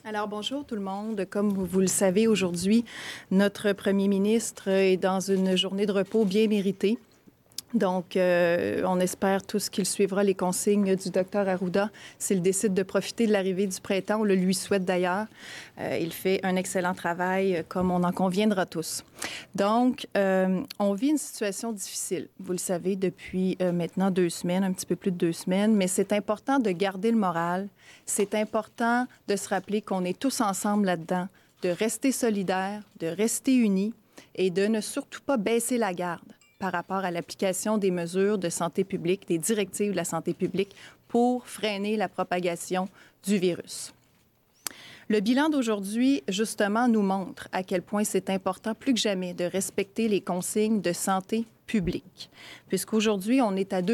Alors, bonjour tout le monde. Comme vous le savez, aujourd'hui, notre premier ministre est dans une journée de repos bien méritée. Donc, on espère tous qu'il suivra les consignes du docteur Arruda s'il décide de profiter de l'arrivée du printemps. On le lui souhaite d'ailleurs. Il fait un excellent travail, comme on en conviendra tous. Donc, on vit une situation difficile, vous le savez, depuis maintenant 2 semaines, un petit peu plus de 2 semaines, mais c'est important de garder le moral. C'est important de se rappeler qu'on est tous ensemble là-dedans, de rester solidaires, de rester unis et de ne surtout pas baisser la garde par rapport à l'application des mesures de santé publique, des directives de la santé publique pour freiner la propagation du virus. Le bilan d'aujourd'hui, justement, nous montre à quel point c'est important, plus que jamais, de respecter les consignes de santé publique. Puisqu'aujourd'hui, on est à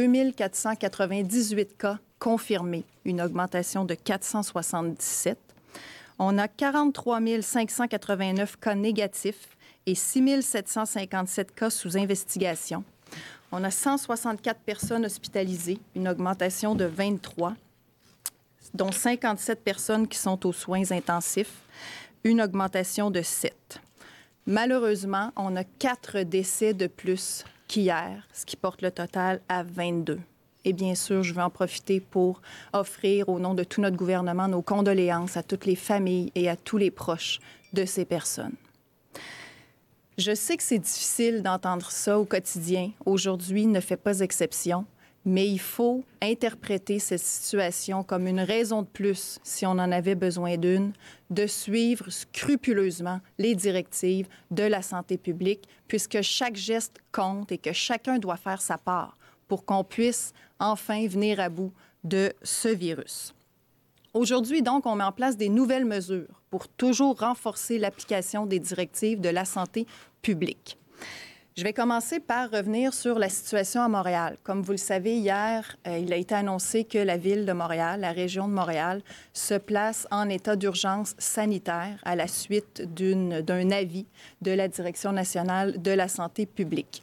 2498 cas confirmés, une augmentation de 477. On a 43 589 cas négatifs et 6 757 cas sous investigation. On a 164 personnes hospitalisées, une augmentation de 23, dont 57 personnes qui sont aux soins intensifs, une augmentation de 7. Malheureusement, on a 4 décès de plus qu'hier, ce qui porte le total à 22. Et bien sûr, je veux en profiter pour offrir, au nom de tout notre gouvernement, nos condoléances à toutes les familles et à tous les proches de ces personnes. Je sais que c'est difficile d'entendre ça au quotidien. Aujourd'hui ne fait pas exception, mais il faut interpréter cette situation comme une raison de plus, si on en avait besoin d'une, de suivre scrupuleusement les directives de la santé publique, puisque chaque geste compte et que chacun doit faire sa part pour qu'on puisse enfin venir à bout de ce virus. Aujourd'hui, donc, on met en place des nouvelles mesures pour toujours renforcer l'application des directives de la santé publique. Je vais commencer par revenir sur la situation à Montréal. Comme vous le savez, hier, il a été annoncé que la ville de Montréal, la région de Montréal, se place en état d'urgence sanitaire à la suite d'un avis de la Direction nationale de la santé publique.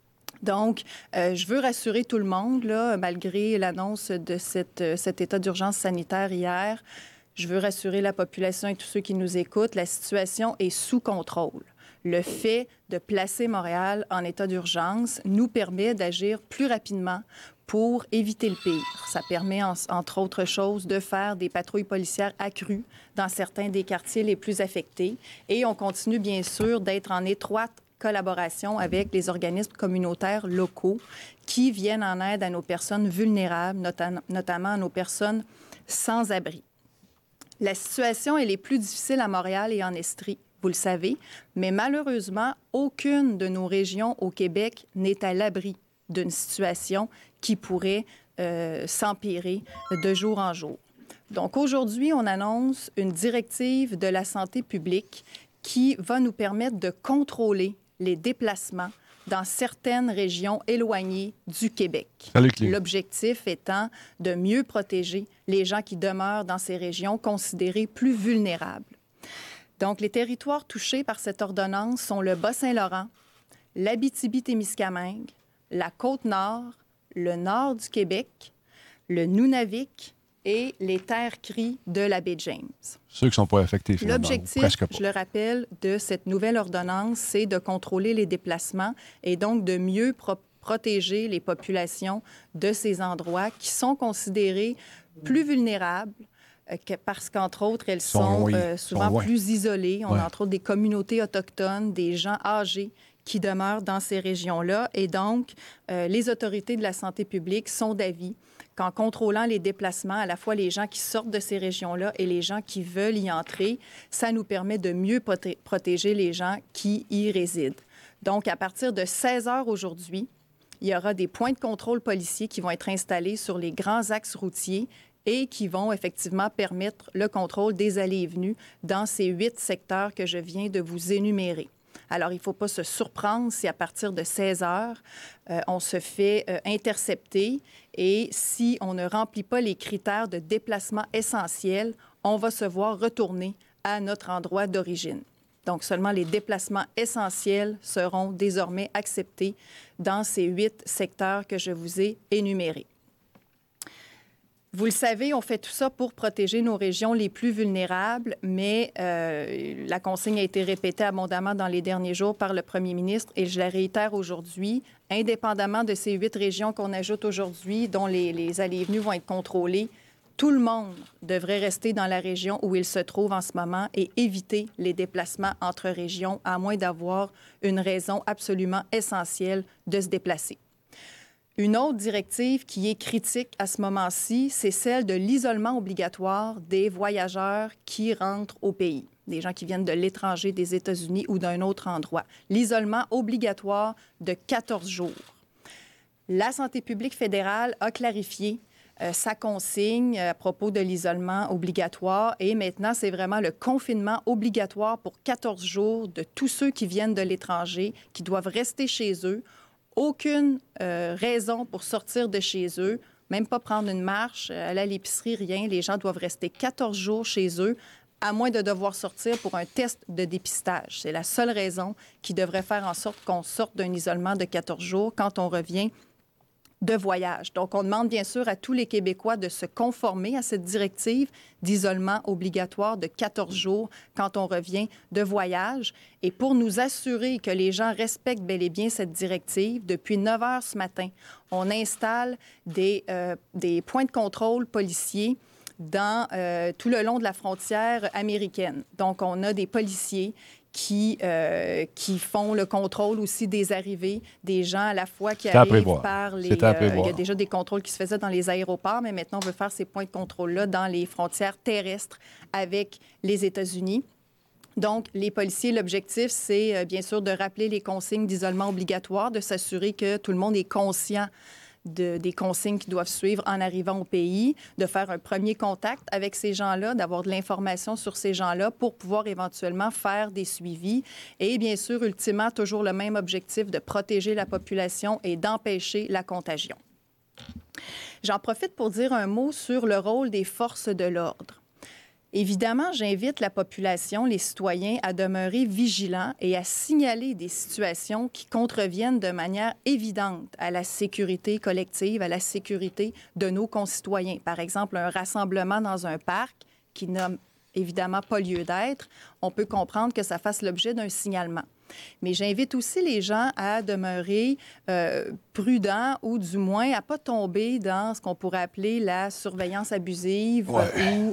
Donc, je veux rassurer tout le monde, là, malgré l'annonce de cet état d'urgence sanitaire hier. Je veux rassurer la population et tous ceux qui nous écoutent. La situation est sous contrôle. Le fait de placer Montréal en état d'urgence nous permet d'agir plus rapidement pour éviter le pire. Ça permet, entre autres choses, de faire des patrouilles policières accrues dans certains des quartiers les plus affectés. Et on continue, bien sûr, d'être en étroite collaboration avec les organismes communautaires locaux qui viennent en aide à nos personnes vulnérables, notamment à nos personnes sans abri. La situation, elle est plus difficile à Montréal et en Estrie, vous le savez, mais malheureusement, aucune de nos régions au Québec n'est à l'abri d'une situation qui pourrait s'empirer de jour en jour. Donc aujourd'hui, on annonce une directive de la santé publique qui va nous permettre de contrôler les déplacements dans certaines régions éloignées du Québec. L'objectif étant de mieux protéger les gens qui demeurent dans ces régions considérées plus vulnérables. Donc, les territoires touchés par cette ordonnance sont le Bas-Saint-Laurent, l'Abitibi-Témiscamingue, la Côte-Nord, le nord du Québec, le Nunavik et les terres cries de la baie James. Ceux qui ne sont pas affectés, finalement. L'objectif, je le rappelle, de cette nouvelle ordonnance, c'est de contrôler les déplacements et donc de mieux protéger les populations de ces endroits qui sont considérés plus vulnérables parce qu'entre autres, elles sont souvent plus isolées. On a entre autres des communautés autochtones, des gens âgés qui demeurent dans ces régions-là. Et donc, les autorités de la santé publique sont d'avis qu'en contrôlant les déplacements, à la fois les gens qui sortent de ces régions-là et les gens qui veulent y entrer, ça nous permet de mieux protéger les gens qui y résident. Donc, à partir de 16 heures aujourd'hui, il y aura des points de contrôle policiers qui vont être installés sur les grands axes routiers et qui vont effectivement permettre le contrôle des allées et venues dans ces 8 secteurs que je viens de vous énumérer. Alors, il ne faut pas se surprendre si à partir de 16 heures, on se fait intercepter et si on ne remplit pas les critères de déplacement essentiels, on va se voir retourner à notre endroit d'origine. Donc, seulement les déplacements essentiels seront désormais acceptés dans ces 8 secteurs que je vous ai énumérés. Vous le savez, on fait tout ça pour protéger nos régions les plus vulnérables, mais la consigne a été répétée abondamment dans les derniers jours par le premier ministre et je la réitère aujourd'hui. Indépendamment de ces 8 régions qu'on ajoute aujourd'hui, dont les allées et venues vont être contrôlées, tout le monde devrait rester dans la région où il se trouve en ce moment et éviter les déplacements entre régions, à moins d'avoir une raison absolument essentielle de se déplacer. Une autre directive qui est critique à ce moment-ci, c'est celle de l'isolement obligatoire des voyageurs qui rentrent au pays, des gens qui viennent de l'étranger, des États-Unis ou d'un autre endroit. L'isolement obligatoire de 14 jours. La santé publique fédérale a clarifié sa consigne à propos de l'isolement obligatoire et maintenant, c'est vraiment le confinement obligatoire pour 14 jours de tous ceux qui viennent de l'étranger, qui doivent rester chez eux. Aucune raison pour sortir de chez eux, même pas prendre une marche, aller à l'épicerie, rien. Les gens doivent rester 14 jours chez eux, à moins de devoir sortir pour un test de dépistage. C'est la seule raison qui devrait faire en sorte qu'on sorte d'un isolement de 14 jours quand on revient de voyage. Donc, on demande bien sûr à tous les Québécois de se conformer à cette directive d'isolement obligatoire de 14 jours quand on revient de voyage. Et pour nous assurer que les gens respectent bel et bien cette directive, depuis 9 heures ce matin, on installe des points de contrôle policiers dans tout le long de la frontière américaine. Donc, on a des policiers qui font le contrôle aussi des arrivées des gens à la fois qui arrivent par les... il y a déjà des contrôles qui se faisaient dans les aéroports, mais maintenant, on veut faire ces points de contrôle-là dans les frontières terrestres avec les États-Unis. Donc, les policiers, l'objectif, c'est bien sûr de rappeler les consignes d'isolement obligatoire, de s'assurer que tout le monde est conscient des consignes qui doivent suivre en arrivant au pays, de faire un premier contact avec ces gens-là, d'avoir de l'information sur ces gens-là pour pouvoir éventuellement faire des suivis. Et bien sûr, ultimement, toujours le même objectif de protéger la population et d'empêcher la contagion. J'en profite pour dire un mot sur le rôle des forces de l'ordre. Évidemment, j'invite la population, les citoyens, à demeurer vigilants et à signaler des situations qui contreviennent de manière évidente à la sécurité collective, à la sécurité de nos concitoyens. Par exemple, un rassemblement dans un parc qui n'a évidemment pas lieu d'être, on peut comprendre que ça fasse l'objet d'un signalement. Mais j'invite aussi les gens à demeurer prudents ou du moins à ne pas tomber dans ce qu'on pourrait appeler la surveillance abusive ou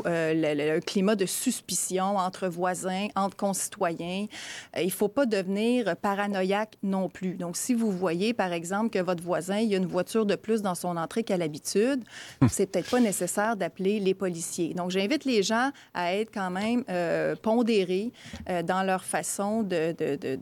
le climat de suspicion entre voisins, entre concitoyens. Il ne faut pas devenir paranoïaque non plus. Donc, si vous voyez, par exemple, que votre voisin, il y a une voiture de plus dans son entrée qu'à l'habitude, c'est peut-être pas nécessaire d'appeler les policiers. Donc, j'invite les gens à être quand même pondérés dans leur façon de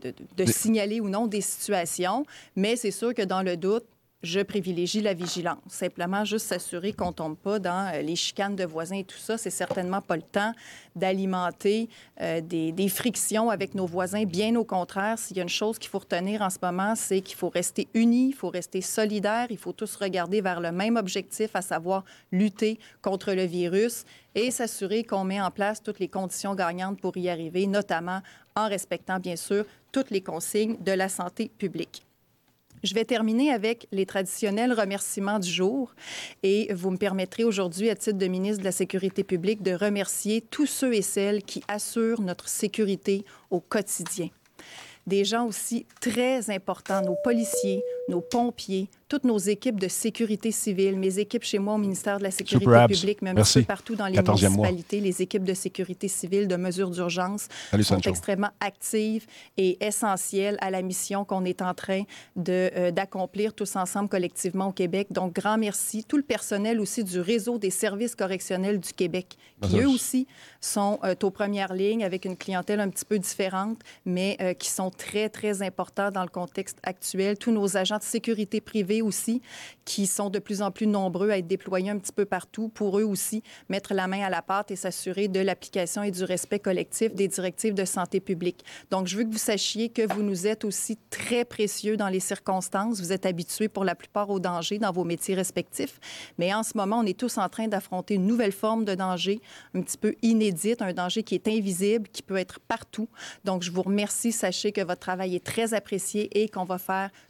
signaler ou non des situations, mais c'est sûr que dans le doute, je privilégie la vigilance. Simplement, juste s'assurer qu'on ne tombe pas dans les chicanes de voisins et tout ça. C'est certainement pas le temps d'alimenter des frictions avec nos voisins. Bien au contraire, s'il y a une chose qu'il faut retenir en ce moment, c'est qu'il faut rester unis, il faut rester solidaires, il faut tous regarder vers le même objectif, à savoir lutter contre le virus et s'assurer qu'on met en place toutes les conditions gagnantes pour y arriver, notamment en respectant, bien sûr, toutes les consignes de la santé publique. Je vais terminer avec les traditionnels remerciements du jour et vous me permettrez aujourd'hui, à titre de ministre de la Sécurité publique, de remercier tous ceux et celles qui assurent notre sécurité au quotidien. Des gens aussi très importants, nos policiers, nos pompiers, toutes nos équipes de sécurité civile, mes équipes chez moi au ministère de la Sécurité publique, mais un petit peu partout dans les municipalités, les équipes de sécurité civile, de mesures d'urgence sont extrêmement actives et essentielles à la mission qu'on est en train d'accomplir tous ensemble collectivement au Québec. Donc, grand merci. Tout le personnel aussi du réseau des services correctionnels du Québec, qui eux aussi sont aux premières lignes avec une clientèle un petit peu différente, mais qui sont très, très importants dans le contexte actuel. Tous nos agents de sécurité privée aussi, qui sont de plus en plus nombreux à être déployés un petit peu partout, pour eux aussi mettre la main à la pâte et s'assurer de l'application et du respect collectif des directives de santé publique. Donc, je veux que vous sachiez que vous nous êtes aussi très précieux dans les circonstances. Vous êtes habitués pour la plupart au danger dans vos métiers respectifs, mais en ce moment, on est tous en train d'affronter une nouvelle forme de danger, un petit peu inédite, un danger qui est invisible, qui peut être partout. Donc, je vous remercie. Sachez que votre travail est très apprécié et qu'on va faire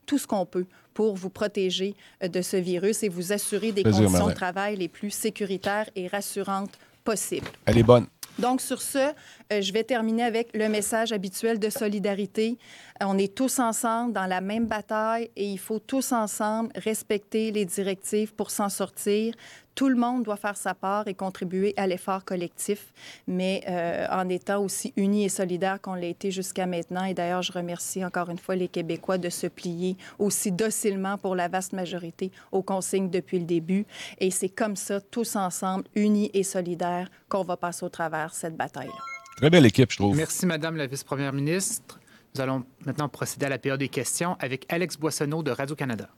tout ce qu'on peut pour vous protéger de ce virus et vous assurer des conditions de travail les plus sécuritaires et rassurantes possibles. Elle est bonne. Donc, sur ce, je vais terminer avec le message habituel de solidarité. On est tous ensemble dans la même bataille et il faut tous ensemble respecter les directives pour s'en sortir. Tout le monde doit faire sa part et contribuer à l'effort collectif, mais en étant aussi unis et solidaires qu'on l'a été jusqu'à maintenant. Et d'ailleurs, je remercie encore une fois les Québécois de se plier aussi docilement pour la vaste majorité aux consignes depuis le début. Et c'est comme ça, tous ensemble, unis et solidaires, qu'on va passer au travers cette bataille-là. Très belle équipe, je trouve. Merci, Madame la vice-première ministre. Nous allons maintenant procéder à la période des questions avec Alex Boissonneau de Radio-Canada.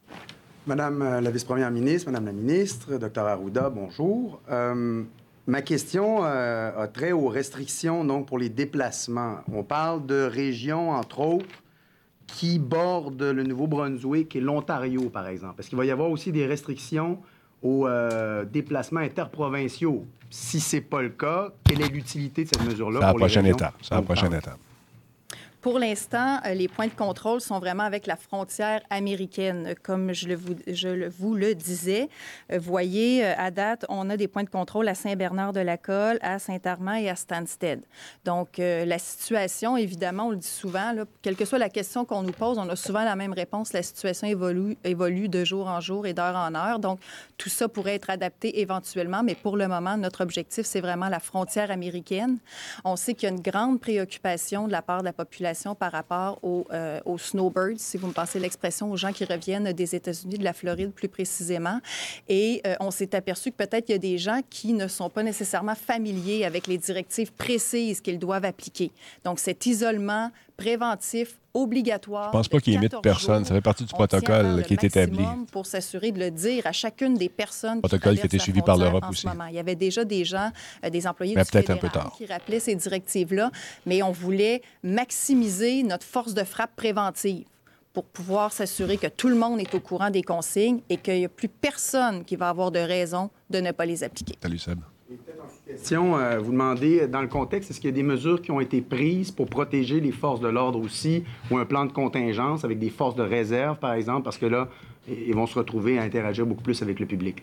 Madame la vice-première ministre, Madame la ministre, Dr Arruda, bonjour. Ma question a trait aux restrictions donc, pour les déplacements. On parle de régions, entre autres, qui bordent le Nouveau-Brunswick et l'Ontario, par exemple. Est-ce qu'il va y avoir aussi des restrictions aux déplacements interprovinciaux? Si ce n'est pas le cas, quelle est l'utilité de cette mesure-là pour les régions? C'est la prochaine étape. Pour l'instant, les points de contrôle sont vraiment avec la frontière américaine. Comme je vous le disais, voyez, à date, on a des points de contrôle à Saint-Bernard-de-la-Colle, à Saint-Armand et à Stansted. Donc, la situation, évidemment, on le dit souvent, là, quelle que soit la question qu'on nous pose, on a souvent la même réponse. La situation évolue de jour en jour et d'heure en heure. Donc, tout ça pourrait être adapté éventuellement, mais pour le moment, notre objectif, c'est vraiment la frontière américaine. On sait qu'il y a une grande préoccupation de la part de la population par rapport aux snowbirds, si vous me passez l'expression, aux gens qui reviennent des États-Unis, de la Floride plus précisément. Et on s'est aperçu que peut-être il y a des gens qui ne sont pas nécessairement familiers avec les directives précises qu'ils doivent appliquer. Donc, cet isolement préventif obligatoire. Je pense pas qu'il imite personne. Ça fait partie du protocole qui est établi. Pour s'assurer de le dire à chacune des personnes protocole qui a été suivi par l'Europe aussi. Il y avait déjà des gens, des employés mais du fédéral qui rappelaient ces directives-là, mais on voulait maximiser notre force de frappe préventive pour pouvoir s'assurer que tout le monde est au courant des consignes et qu'il n'y a plus personne qui va avoir de raison de ne pas les appliquer. Salut, Seb. Question, vous demandez, dans le contexte, est-ce qu'il y a des mesures qui ont été prises pour protéger les forces de l'ordre aussi, ou un plan de contingence avec des forces de réserve, par exemple, parce que là, ils vont se retrouver à interagir beaucoup plus avec le public?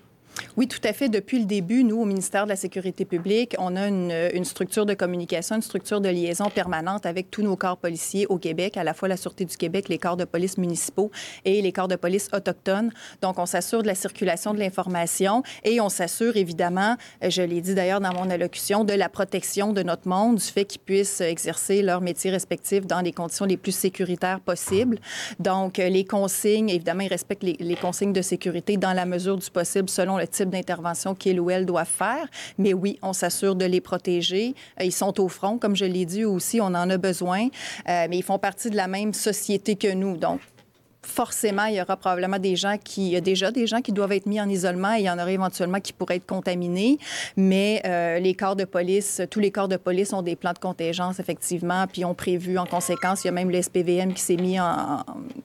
Oui, tout à fait. Depuis le début, nous, au ministère de la Sécurité publique, on a une structure de communication, une structure de liaison permanente avec tous nos corps policiers au Québec, à la fois la Sûreté du Québec, les corps de police municipaux et les corps de police autochtones. Donc, on s'assure de la circulation de l'information et on s'assure, évidemment, je l'ai dit d'ailleurs dans mon allocution, de la protection de notre monde, du fait qu'ils puissent exercer leur métier respectif dans les conditions les plus sécuritaires possibles. Donc, les consignes, évidemment, ils respectent les consignes de sécurité dans la mesure du possible selon le type d'intervention qu'ils ou elles doivent faire. Mais oui, on s'assure de les protéger. Ils sont au front, comme je l'ai dit aussi, on en a besoin, mais ils font partie de la même société que nous. Donc, forcément, il y aura probablement il y a déjà des gens qui doivent être mis en isolement et il y en aurait éventuellement qui pourraient être contaminés. Mais les corps de police, tous les corps de police ont des plans de contingence, effectivement, puis ont prévu en conséquence. Il y a même le SPVM qui s'est mis en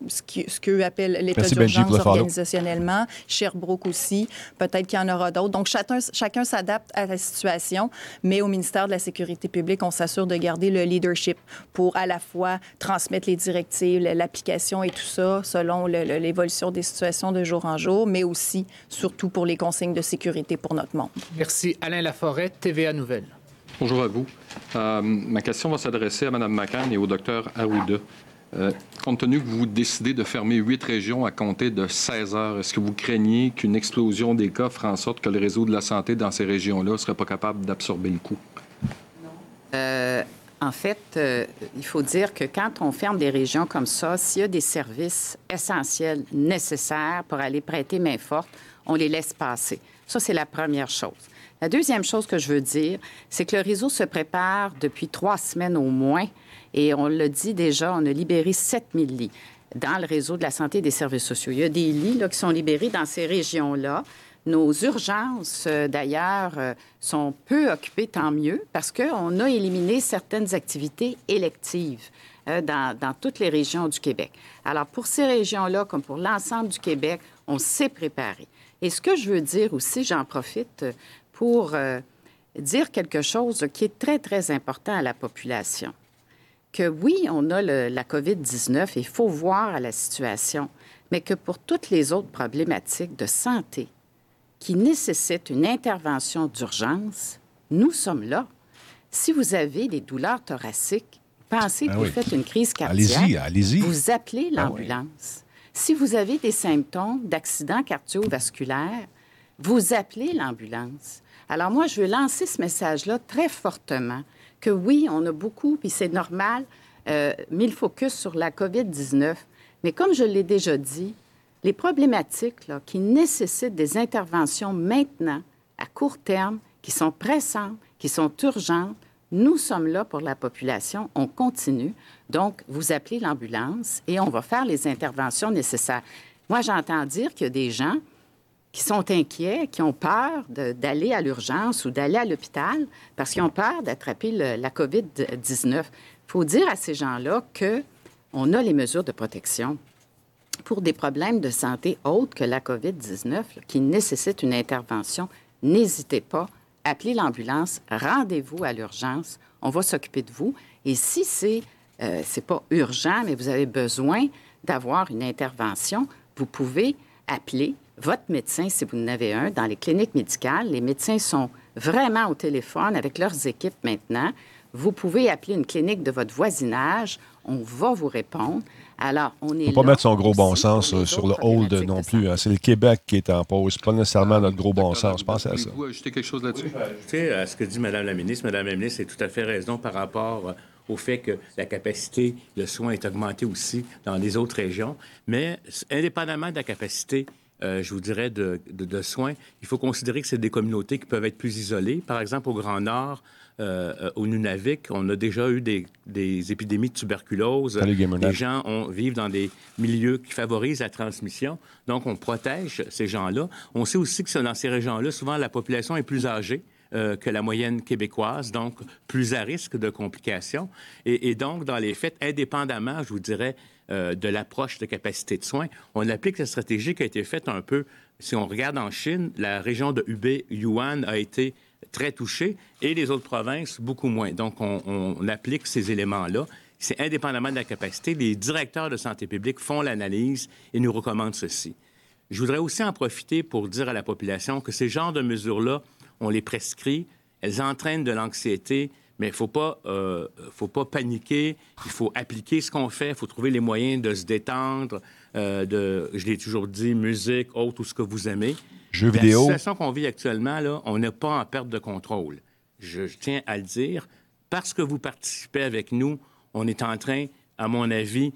ce qu'eux appellent l'état d'urgence organisationnellement. Sherbrooke aussi. Peut-être qu'il y en aura d'autres. Donc, chacun s'adapte à la situation, mais au ministère de la Sécurité publique, on s'assure de garder le leadership pour à la fois transmettre les directives, l'application et tout ça, selon l'évolution des situations de jour en jour, mais aussi, surtout, pour les consignes de sécurité pour notre monde. Merci. Alain Laforêt, TVA Nouvelles. Bonjour à vous. Ma question va s'adresser à Mme McCann et au Dr Arruda. Compte tenu que vous décidez de fermer 8 régions à compter de 16 heures, est-ce que vous craignez qu'une explosion des cas ferait en sorte que le réseau de la santé dans ces régions-là ne serait pas capable d'absorber le coup? En fait, il faut dire que quand on ferme des régions comme ça, s'il y a des services essentiels nécessaires pour aller prêter main forte, on les laisse passer. Ça, c'est la première chose. La deuxième chose que je veux dire, c'est que le réseau se prépare depuis 3 semaines au moins, et on l'a dit déjà, on a libéré 7000 lits dans le réseau de la santé et des services sociaux. Il y a des lits là, qui sont libérés dans ces régions-là. Nos urgences, d'ailleurs, sont peu occupées, tant mieux, parce qu'on a éliminé certaines activités électives dans toutes les régions du Québec. Alors, pour ces régions-là, comme pour l'ensemble du Québec, on s'est préparé. Et ce que je veux dire aussi, j'en profite pour dire quelque chose qui est très, très important à la population. que oui, on a la COVID-19 et il faut voir à la situation, mais que pour toutes les autres problématiques de santé qui nécessitent une intervention d'urgence, nous sommes là. Si vous avez des douleurs thoraciques, pensez que vous faites une crise cardiaque, allez-y. vous appelez l'ambulance. Si vous avez des symptômes d'accident cardiovasculaire, vous appelez l'ambulance. Alors moi, je veux lancer ce message-là très fortement, que oui, on a beaucoup, puis c'est normal, mis le focus sur la COVID-19. Mais comme je l'ai déjà dit, les problématiques là, qui nécessitent des interventions maintenant, à court terme, qui sont pressantes, qui sont urgentes, nous sommes là pour la population, on continue. Donc, vous appelez l'ambulance et on va faire les interventions nécessaires. Moi, j'entends dire qu'il y a des gens qui sont inquiets, qui ont peur d'aller à l'urgence ou d'aller à l'hôpital parce qu'ils ont peur d'attraper la COVID-19. Il faut dire à ces gens-là qu'on a les mesures de protection pour des problèmes de santé autres que la COVID-19 là, qui nécessitent une intervention. N'hésitez pas, appelez l'ambulance, rendez-vous à l'urgence, on va s'occuper de vous. Et si c'est pas urgent, mais vous avez besoin d'avoir une intervention, vous pouvez appeler votre médecin, si vous en avez un, dans les cliniques médicales. Les médecins sont vraiment au téléphone avec leurs équipes maintenant. Vous pouvez appeler une clinique de votre voisinage. On va vous répondre. Alors, on est là. Il ne faut pas mettre son gros bon sens sur le hold non plus. Hein. C'est le Québec qui est en pause, pas nécessairement notre gros bon sens. Pensez à ça. Vous ajouter quelque chose là-dessus? Oui, je vais ajouter à ce que dit Mme la ministre. Mme la ministre a tout à fait raison par rapport au fait que la capacité de soins est augmentée aussi dans les autres régions. Mais indépendamment de la capacité, je vous dirais, de soins, il faut considérer que c'est des communautés qui peuvent être plus isolées. Par exemple, au Grand Nord, au Nunavik, on a déjà eu des épidémies de tuberculose. Les gens vivent dans des milieux qui favorisent la transmission. Donc, on protège ces gens-là. On sait aussi que dans ces régions-là, souvent, la population est plus âgée que la moyenne québécoise, donc plus à risque de complications. Et donc, dans les faits, indépendamment, je vous dirais, de l'approche de capacité de soins, on applique la stratégie qui a été faite un peu. Si on regarde en Chine, la région de Hubei, Yuan, a été très touchée et les autres provinces, beaucoup moins. Donc, on applique ces éléments-là. C'est indépendamment de la capacité. Les directeurs de santé publique font l'analyse et nous recommandent ceci. Je voudrais aussi en profiter pour dire à la population que ces genres de mesures-là, on les prescrit, elles entraînent de l'anxiété, mais il ne faut pas paniquer, il faut appliquer ce qu'on fait, il faut trouver les moyens de se détendre, je l'ai toujours dit, musique, autre, tout ce que vous aimez. Jeux vidéo. La situation qu'on vit actuellement, là, on n'est pas en perte de contrôle. Je tiens à le dire, parce que vous participez avec nous, on est en train, à mon avis,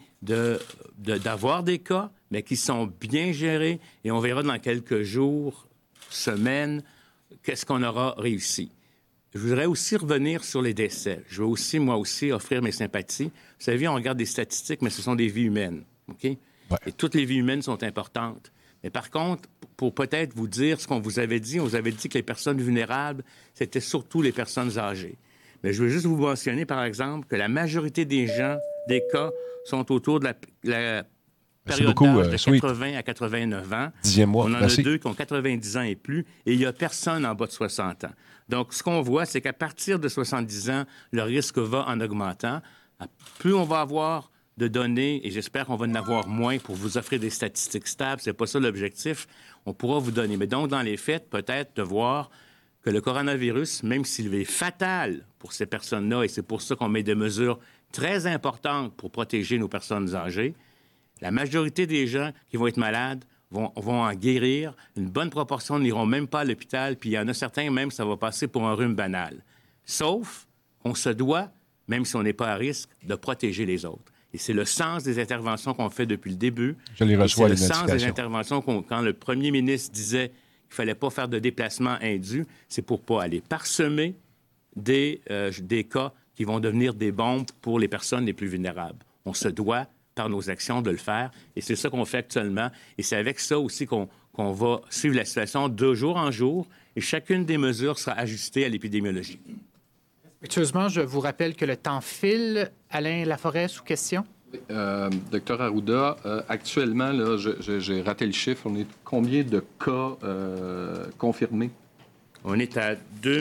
d'avoir des cas, mais qui sont bien gérés, et on verra dans quelques jours, semaines, qu'est-ce qu'on aura réussi. Je voudrais aussi revenir sur les décès. Je veux aussi, moi aussi, offrir mes sympathies. Vous savez, on regarde des statistiques, mais ce sont des vies humaines, OK? Ouais. Et toutes les vies humaines sont importantes. Mais par contre, pour peut-être vous dire ce qu'on vous avait dit, on vous avait dit que les personnes vulnérables, c'était surtout les personnes âgées. Mais je veux juste vous mentionner, par exemple, que la majorité des cas, sont autour de la période d'âge de 80 à 89 ans. 10e mois. On en a 2 qui ont 90 ans et plus, et il n'y a personne en bas de 60 ans. Donc, ce qu'on voit, c'est qu'à partir de 70 ans, le risque va en augmentant. Plus on va avoir de données, et j'espère qu'on va en avoir moins pour vous offrir des statistiques stables, c'est pas ça l'objectif, on pourra vous donner. Mais donc, dans les faits, peut-être de voir que le coronavirus, même s'il est fatal pour ces personnes-là, et c'est pour ça qu'on met des mesures très importantes pour protéger nos personnes âgées, la majorité des gens qui vont être malades vont en guérir. Une bonne proportion n'iront même pas à l'hôpital, puis il y en a certains, même, ça va passer pour un rhume banal. Sauf qu'on se doit, même si on n'est pas à risque, de protéger les autres. Et c'est le sens des interventions qu'on fait depuis le début. Je les reçois, les notifications. C'est le sens des interventions quand le premier ministre disait qu'il ne fallait pas faire de déplacement indu, c'est pour ne pas aller parsemer des cas qui vont devenir des bombes pour les personnes les plus vulnérables. On se doit, par nos actions, de le faire. Et c'est ça qu'on fait actuellement. Et c'est avec ça aussi qu'on va suivre la situation de jour en jour. Et chacune des mesures sera ajustée à l'épidémiologie. Respectueusement, je vous rappelle que le temps file. Alain Laforêt, sous question. Docteur Arruda, actuellement, là, j'ai raté le chiffre. On est combien de cas confirmés? On est à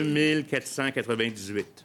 2498.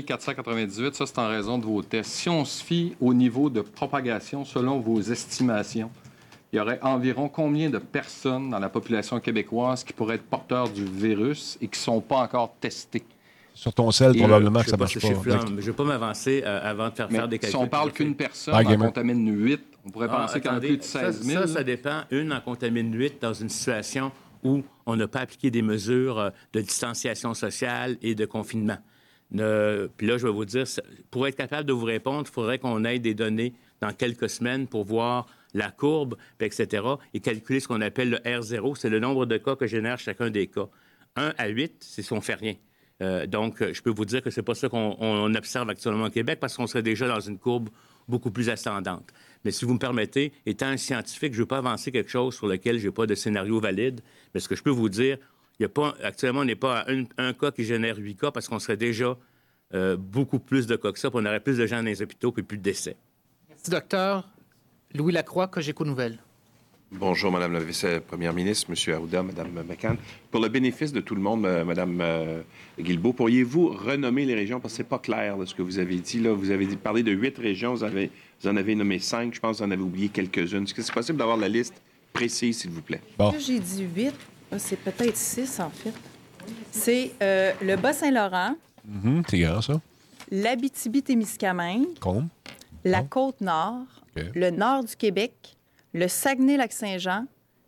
2498, ça, c'est en raison de vos tests. Si on se fie au niveau de propagation, selon vos estimations, il y aurait environ combien de personnes dans la population québécoise qui pourraient être porteurs du virus et qui ne sont pas encore testées? Sur ton sel, probablement que ça ne marche ce pas. chiffre-là, mais je ne vais pas m'avancer avant de faire des calculs. Si on parle qu'une personne Ah, en gamer. contamine 8, on pourrait penser qu'il y en a plus de 16 000. Ça dépend. Une en contamine 8 dans une situation où on n'a pas appliqué des mesures de distanciation sociale et de confinement. Puis là, je vais vous dire, pour être capable de vous répondre, il faudrait qu'on ait des données dans quelques semaines pour voir la courbe, etc., et calculer ce qu'on appelle le R0. C'est le nombre de cas que génère chacun des cas. 1 à 8, c'est si on ne fait rien. Donc, je peux vous dire que c'est pas ça qu'on observe actuellement au Québec parce qu'on serait déjà dans une courbe beaucoup plus ascendante. Mais si vous me permettez, étant un scientifique, je ne veux pas avancer quelque chose sur lequel je n'ai pas de scénario valide. Mais ce que je peux vous dire, actuellement, on n'est pas à un cas qui génère 8 cas parce qu'on serait déjà beaucoup plus de cas que ça, puis on aurait plus de gens dans les hôpitaux puis plus de décès. Merci, docteur. Louis Lacroix, Cogeco Nouvelles. Bonjour, Madame la vice-première ministre, M. Arruda, Mme McCann. Pour le bénéfice de tout le monde, Mme Guilbeault, pourriez-vous renommer les régions? Parce que ce n'est pas clair de ce que vous avez dit. Là. Vous avez parlé de 8 régions, vous en avez nommé 5. Je pense que vous en avez oublié quelques-unes. Est-ce que c'est possible d'avoir la liste précise, s'il vous plaît? Là, j'ai dit 8. C'est peut-être 6, en fait. C'est le Bas-Saint-Laurent, C'est grand, ça. l'Abitibi-Témiscamingue, Combe. la Côte-Nord, le nord du Québec, le Saguenay-Lac-Saint-Jean,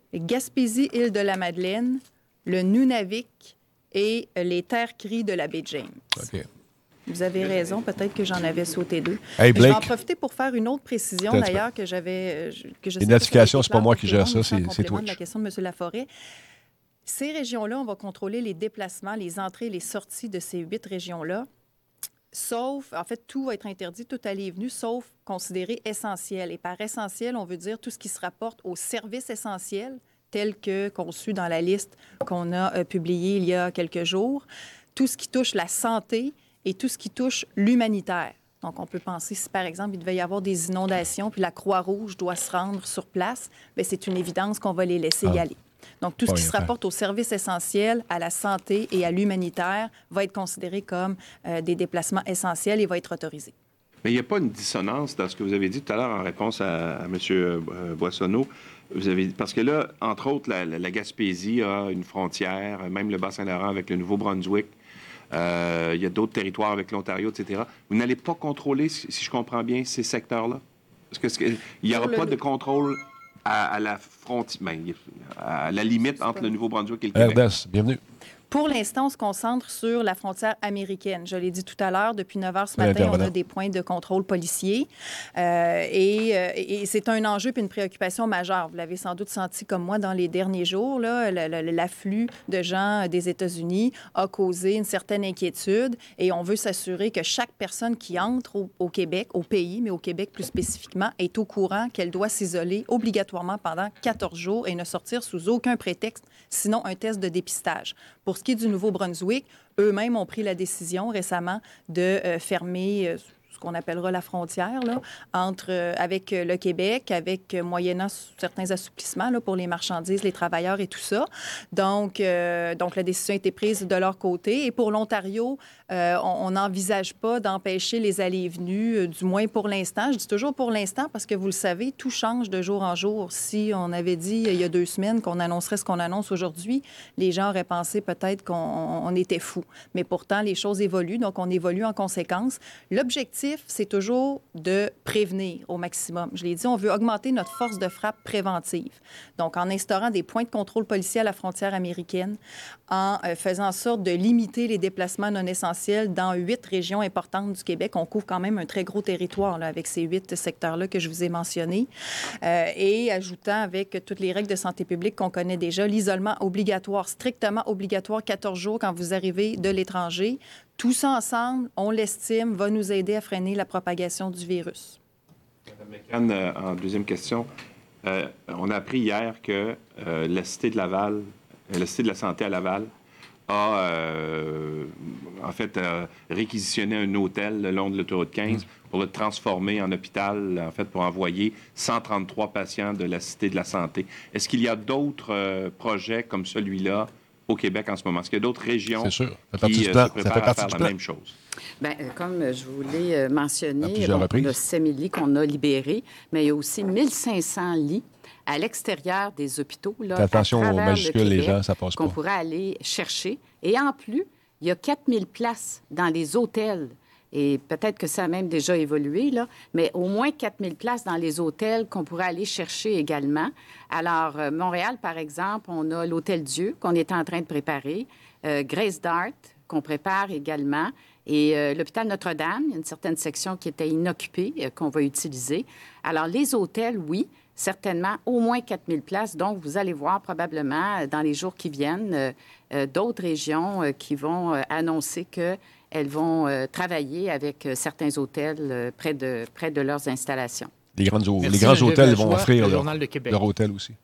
Gaspésie-Île-de-la-Madeleine, le Nunavik et les terres cries de la baie James. OK. Vous avez raison, peut-être que j'en avais sauté 2. Hey, Mais je vais en Blake. profiter pour faire une autre précision, Peut-être. d'ailleurs, que j'avais... que je sais Les que notifications, ça a été c'est pas moi clair qui pour gère tout le ça, monde, en c'est complément Twitch. de la question de M. Laforêt. Ces régions-là, on va contrôler les déplacements, les entrées et les sorties de ces 8 régions-là. Sauf, en fait, tout va être interdit, tout allée et venue, sauf considéré essentiel. Et par essentiel, on veut dire tout ce qui se rapporte aux services essentiels, tels que conçus dans la liste qu'on a publiée il y a quelques jours, tout ce qui touche la santé et tout ce qui touche l'humanitaire. Donc, on peut penser, si par exemple, il devait y avoir des inondations, puis la Croix-Rouge doit se rendre sur place, bien, c'est une évidence qu'on va les laisser y aller. Donc, tout ce qui se rapporte aux services essentiels, à la santé et à l'humanitaire va être considéré comme des déplacements essentiels et va être autorisé. Mais il n'y a pas une dissonance dans ce que vous avez dit tout à l'heure en réponse à M. Boissonneau. Parce que là, entre autres, la Gaspésie a une frontière, même le Bas-Saint-Laurent avec le Nouveau-Brunswick. Il y a d'autres territoires avec l'Ontario, etc. Vous n'allez pas contrôler, si je comprends bien, ces secteurs-là? Parce qu'il n'y aura pas de contrôle à la frontière, à la limite entre le Nouveau-Brunswick et le Québec. RDS, bienvenue. Pour l'instant, on se concentre sur la frontière américaine. Je l'ai dit tout à l'heure, depuis 9 heures ce matin, on a des points de contrôle policiers. Et c'est un enjeu et une préoccupation majeure. Vous l'avez sans doute senti comme moi dans les derniers jours. Là, l'afflux de gens des États-Unis a causé une certaine inquiétude et on veut s'assurer que chaque personne qui entre au Québec, au pays, mais au Québec plus spécifiquement, est au courant qu'elle doit s'isoler obligatoirement pendant 14 jours et ne sortir sous aucun prétexte, sinon un test de dépistage. Pour ce qui est du Nouveau-Brunswick, eux-mêmes ont pris la décision récemment de fermer ce qu'on appellera la frontière là, avec le Québec, avec moyennant certains assouplissements là, pour les marchandises, les travailleurs et tout ça. Donc la décision a été prise de leur côté. Et pour l'Ontario, on n'envisage pas d'empêcher les allées et venues, du moins pour l'instant. Je dis toujours pour l'instant parce que vous le savez, tout change de jour en jour. Si on avait dit il y a 2 semaines qu'on annoncerait ce qu'on annonce aujourd'hui, les gens auraient pensé peut-être qu'on était fous. Mais pourtant, les choses évoluent, donc on évolue en conséquence. L'objectif, c'est toujours de prévenir au maximum. Je l'ai dit, on veut augmenter notre force de frappe préventive. Donc, en instaurant des points de contrôle policier à la frontière américaine, en faisant en sorte de limiter les déplacements non essentiels dans 8 régions importantes du Québec. On couvre quand même un très gros territoire là, avec ces 8 secteurs-là que je vous ai mentionnés. Et ajoutant avec toutes les règles de santé publique qu'on connaît déjà, l'isolement obligatoire, strictement obligatoire, 14 jours quand vous arrivez de l'étranger. Tout ça ensemble, on l'estime, va nous aider à freiner la propagation du virus. Madame McCann, en deuxième question, on a appris hier que la Cité de Laval, la Cité de la Santé à Laval, a réquisitionné un hôtel le long de l'autoroute 15 pour le transformer en hôpital, en fait, pour envoyer 133 patients de la Cité de la Santé. Est-ce qu'il y a d'autres projets comme celui-là au Québec en ce moment? Est-ce qu'il y a d'autres régions C'est sûr. Ça fait qui partie du se plan. Ça fait préparent à partie faire du la plan. même chose? Bien, comme je vous l'ai mentionné, plusieurs reprises. on a 7 000 lits qu'on a libérés, mais il y a aussi 1 500 lits à l'extérieur des hôpitaux. Là, Fais attention à aux travers majuscules, le les Québec, gens, ça passe qu'on pas. pourrait aller chercher. Et en plus, il y a 4 000 places dans les hôtels. Et peut-être que ça a même déjà évolué, là, mais au moins 4 000 places dans les hôtels qu'on pourrait aller chercher également. Alors, Montréal, par exemple, on a l'Hôtel Dieu qu'on est en train de préparer, Grace Dart qu'on prépare également, et l'hôpital Notre-Dame, il y a une certaine section qui était inoccupée qu'on va utiliser. Alors, les hôtels, oui, certainement, au moins 4 000 places. Donc, vous allez voir probablement dans les jours qui viennent d'autres régions qui vont annoncer qu'elles vont travailler avec certains hôtels près de leurs installations. Les grands Merci, hôtels Geneviève vont Lajoie, offrir le Journal de Québec. leur hôtel aussi.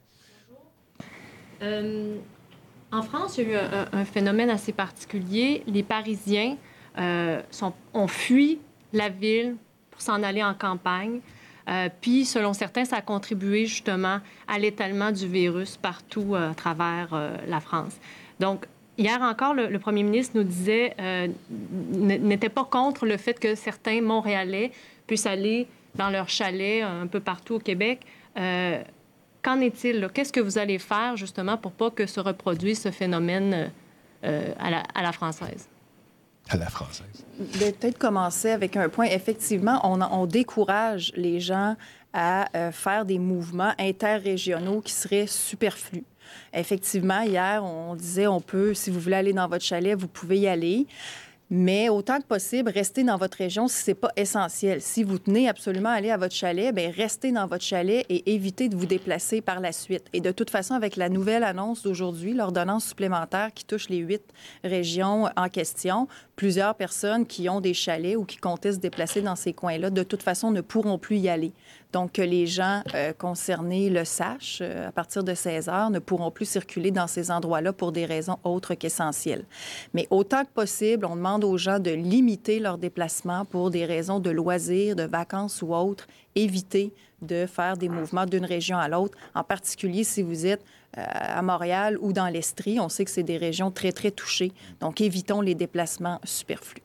En France, il y a eu un phénomène assez particulier. Les Parisiens ont fui la ville pour s'en aller en campagne. Puis, selon certains, ça a contribué justement à l'étalement du virus partout à travers la France. Donc, hier encore, le premier ministre nous disait, n'était pas contre le fait que certains Montréalais puissent aller dans leur chalet un peu partout au Québec. Qu'en est-il, là? Qu'est-ce que vous allez faire justement pour pas que se reproduise ce phénomène à la française? À la française. Peut-être commencer avec un point. Effectivement, on décourage les gens à faire des mouvements interrégionaux qui seraient superflus. Effectivement, hier, on disait, si vous voulez aller dans votre chalet, vous pouvez y aller. Mais autant que possible, restez dans votre région si ce n'est pas essentiel. Si vous tenez absolument à aller à votre chalet, bien, restez dans votre chalet et évitez de vous déplacer par la suite. Et de toute façon, avec la nouvelle annonce d'aujourd'hui, l'ordonnance supplémentaire qui touche les 8 régions en question, plusieurs personnes qui ont des chalets ou qui comptaient se déplacer dans ces coins-là, de toute façon, ne pourront plus y aller. Donc, que les gens concernés le sachent, à partir de 16 heures, ne pourront plus circuler dans ces endroits-là pour des raisons autres qu'essentielles. Mais autant que possible, on demande aux gens de limiter leurs déplacements pour des raisons de loisirs, de vacances ou autres. Éviter de faire des mouvements d'une région à l'autre, en particulier si vous êtes à Montréal ou dans l'Estrie. On sait que c'est des régions très, très touchées. Donc, évitons les déplacements superflus.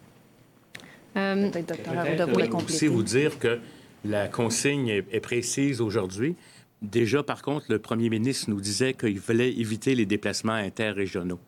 Peut-être, Dr. Arruda, vous compléter. Aussi vous dire que la consigne est précise aujourd'hui. Déjà, par contre, le premier ministre nous disait qu'il fallait éviter les déplacements interrégionaux.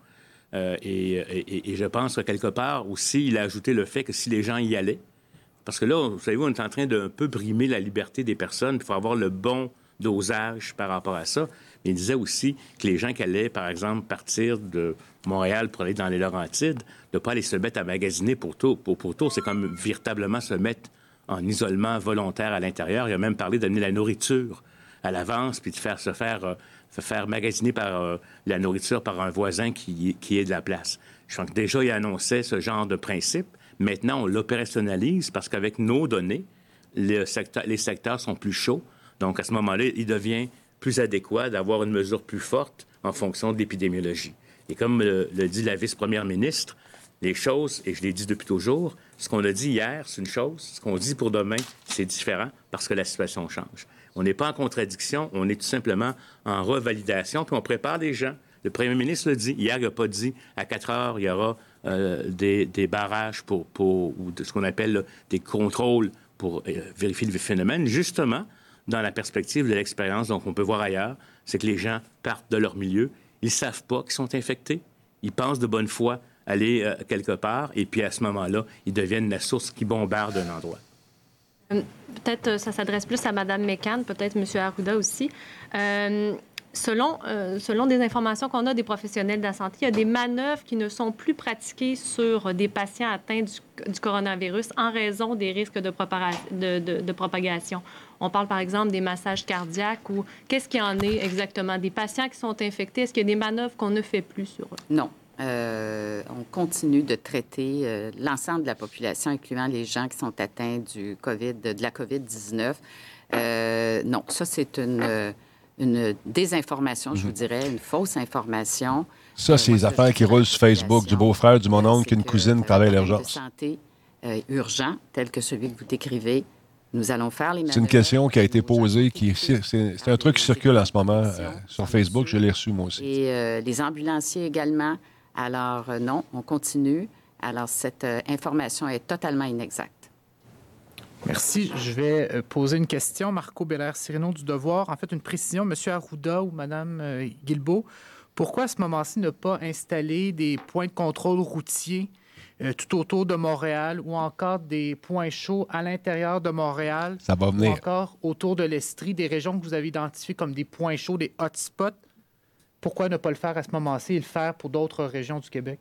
Et je pense que quelque part aussi, il a ajouté le fait que si les gens y allaient, parce que là, vous savez, on est en train d'un peu brimer la liberté des personnes, il faut avoir le bon dosage par rapport à ça. Mais il disait aussi que les gens qui allaient, par exemple, partir de Montréal pour aller dans les Laurentides, de ne pas aller se mettre à magasiner pour tout. C'est comme véritablement se mettre en isolement volontaire à l'intérieur. Il a même parlé d'amener la nourriture à l'avance, puis de se faire magasiner par la nourriture par un voisin qui est de la place. Je pense que déjà, il annonçait ce genre de principe. Maintenant, on l'opérationnalise parce qu'avec nos données, les secteurs sont plus chauds. Donc, à ce moment-là, il devient plus adéquat d'avoir une mesure plus forte en fonction de l'épidémiologie. Et comme le dit la vice-première ministre, les choses, et je l'ai dit depuis toujours, ce qu'on a dit hier, c'est une chose. Ce qu'on dit pour demain, c'est différent parce que la situation change. On n'est pas en contradiction, on est tout simplement en revalidation, puis on prépare les gens. Le premier ministre le dit. Hier, il n'a pas dit à 4 heures, il y aura des barrages ou ce qu'on appelle là, des contrôles pour vérifier le phénomène. Justement, dans la perspective de l'expérience, donc on peut voir ailleurs, c'est que les gens partent de leur milieu, ils ne savent pas qu'ils sont infectés, ils pensent de bonne foi aller quelque part, et puis à ce moment-là, ils deviennent la source qui bombarde un endroit. Peut-être ça s'adresse plus à Mme McCann, peut-être M. Arruda aussi. Selon des informations qu'on a des professionnels de la santé, il y a des manœuvres qui ne sont plus pratiquées sur des patients atteints du coronavirus en raison des risques de propagation. On parle par exemple des massages cardiaques ou qu'est-ce qu'il y en est exactement? Des patients qui sont infectés, est-ce qu'il y a des manœuvres qu'on ne fait plus sur eux? Non. On continue de traiter l'ensemble de la population, incluant les gens qui sont atteints de la COVID-19. Non, ça, c'est une désinformation, je vous dirais, une fausse information. Ça, c'est les affaires qui roulent sur Facebook, du beau-frère, du mon-oncle, qu'une cousine travaille l'urgence. De santé urgent, tel que celui que vous décrivez, Nous allons faire les manœuvres. C'est une question qui a été posée, c'est un truc qui circule en ce moment sur Facebook. Je l'ai reçu, moi aussi. Et les ambulanciers également. Alors, non, on continue. Alors, cette information est totalement inexacte. Merci. Je vais poser une question. Marco Belair-Cirino du Devoir. En fait, une précision. M. Arruda ou Mme Guilbeault, pourquoi à ce moment-ci ne pas installer des points de contrôle routiers tout autour de Montréal ou encore des points chauds à l'intérieur de Montréal? Ça va venir. Ou encore autour de l'Estrie, des régions que vous avez identifiées comme des points chauds, des hotspots. Pourquoi ne pas le faire à ce moment-ci et le faire pour d'autres régions du Québec?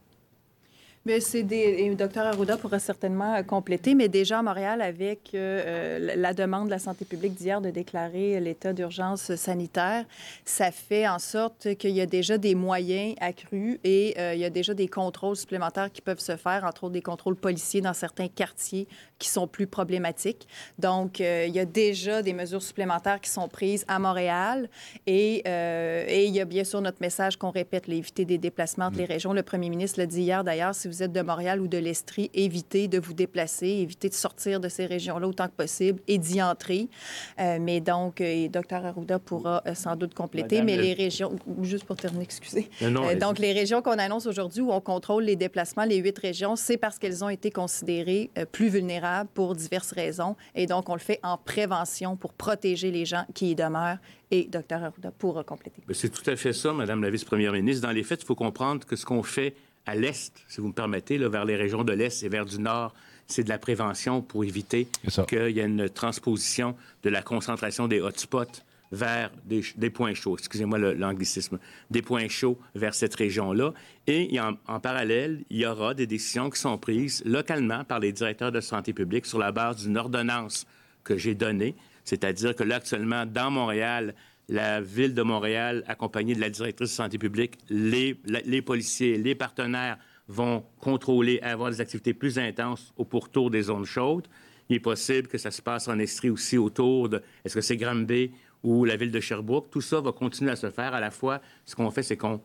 Bien, et Dr Arruda pourra certainement compléter, mais déjà à Montréal, avec la demande de la santé publique d'hier de déclarer l'état d'urgence sanitaire, ça fait en sorte qu'il y a déjà des moyens accrus et il y a déjà des contrôles supplémentaires qui peuvent se faire, entre autres des contrôles policiers dans certains quartiers qui sont plus problématiques. Donc, il y a déjà des mesures supplémentaires qui sont prises à Montréal et il y a bien sûr notre message qu'on répète, éviter des déplacements entre les régions. Le premier ministre l'a dit hier d'ailleurs, si vous êtes de Montréal ou de l'Estrie, évitez de vous déplacer, évitez de sortir de ces régions-là autant que possible et d'y entrer. Mais donc, Dr Arruda pourra sans doute compléter, mais les régions, juste pour terminer, excusez. Donc, les régions qu'on annonce aujourd'hui où on contrôle les déplacements, les 8 régions, c'est parce qu'elles ont été considérées plus vulnérables pour diverses raisons. Et donc, on le fait en prévention pour protéger les gens qui y demeurent. Et Dr Arruda pourra compléter. C'est tout à fait ça, Madame la vice-première ministre. Dans les faits, il faut comprendre que ce qu'on fait à l'Est, si vous me permettez, là, vers les régions de l'Est et vers du Nord, c'est de la prévention pour éviter qu'il y ait une transposition de la concentration des hotspots vers des points chauds. Excusez-moi l'anglicisme. Des points chauds vers cette région-là. Et en parallèle, il y aura des décisions qui sont prises localement par les directeurs de santé publique sur la base d'une ordonnance que j'ai donnée. C'est-à-dire que là, actuellement, dans Montréal, la Ville de Montréal, accompagnée de la directrice de santé publique, les policiers, les partenaires vont contrôler, avoir des activités plus intenses au pourtour des zones chaudes. Il est possible que ça se passe en Estrie aussi autour de, est-ce que c'est Granby ou la Ville de Sherbrooke? Tout ça va continuer à se faire. À la fois, ce qu'on fait, c'est qu'on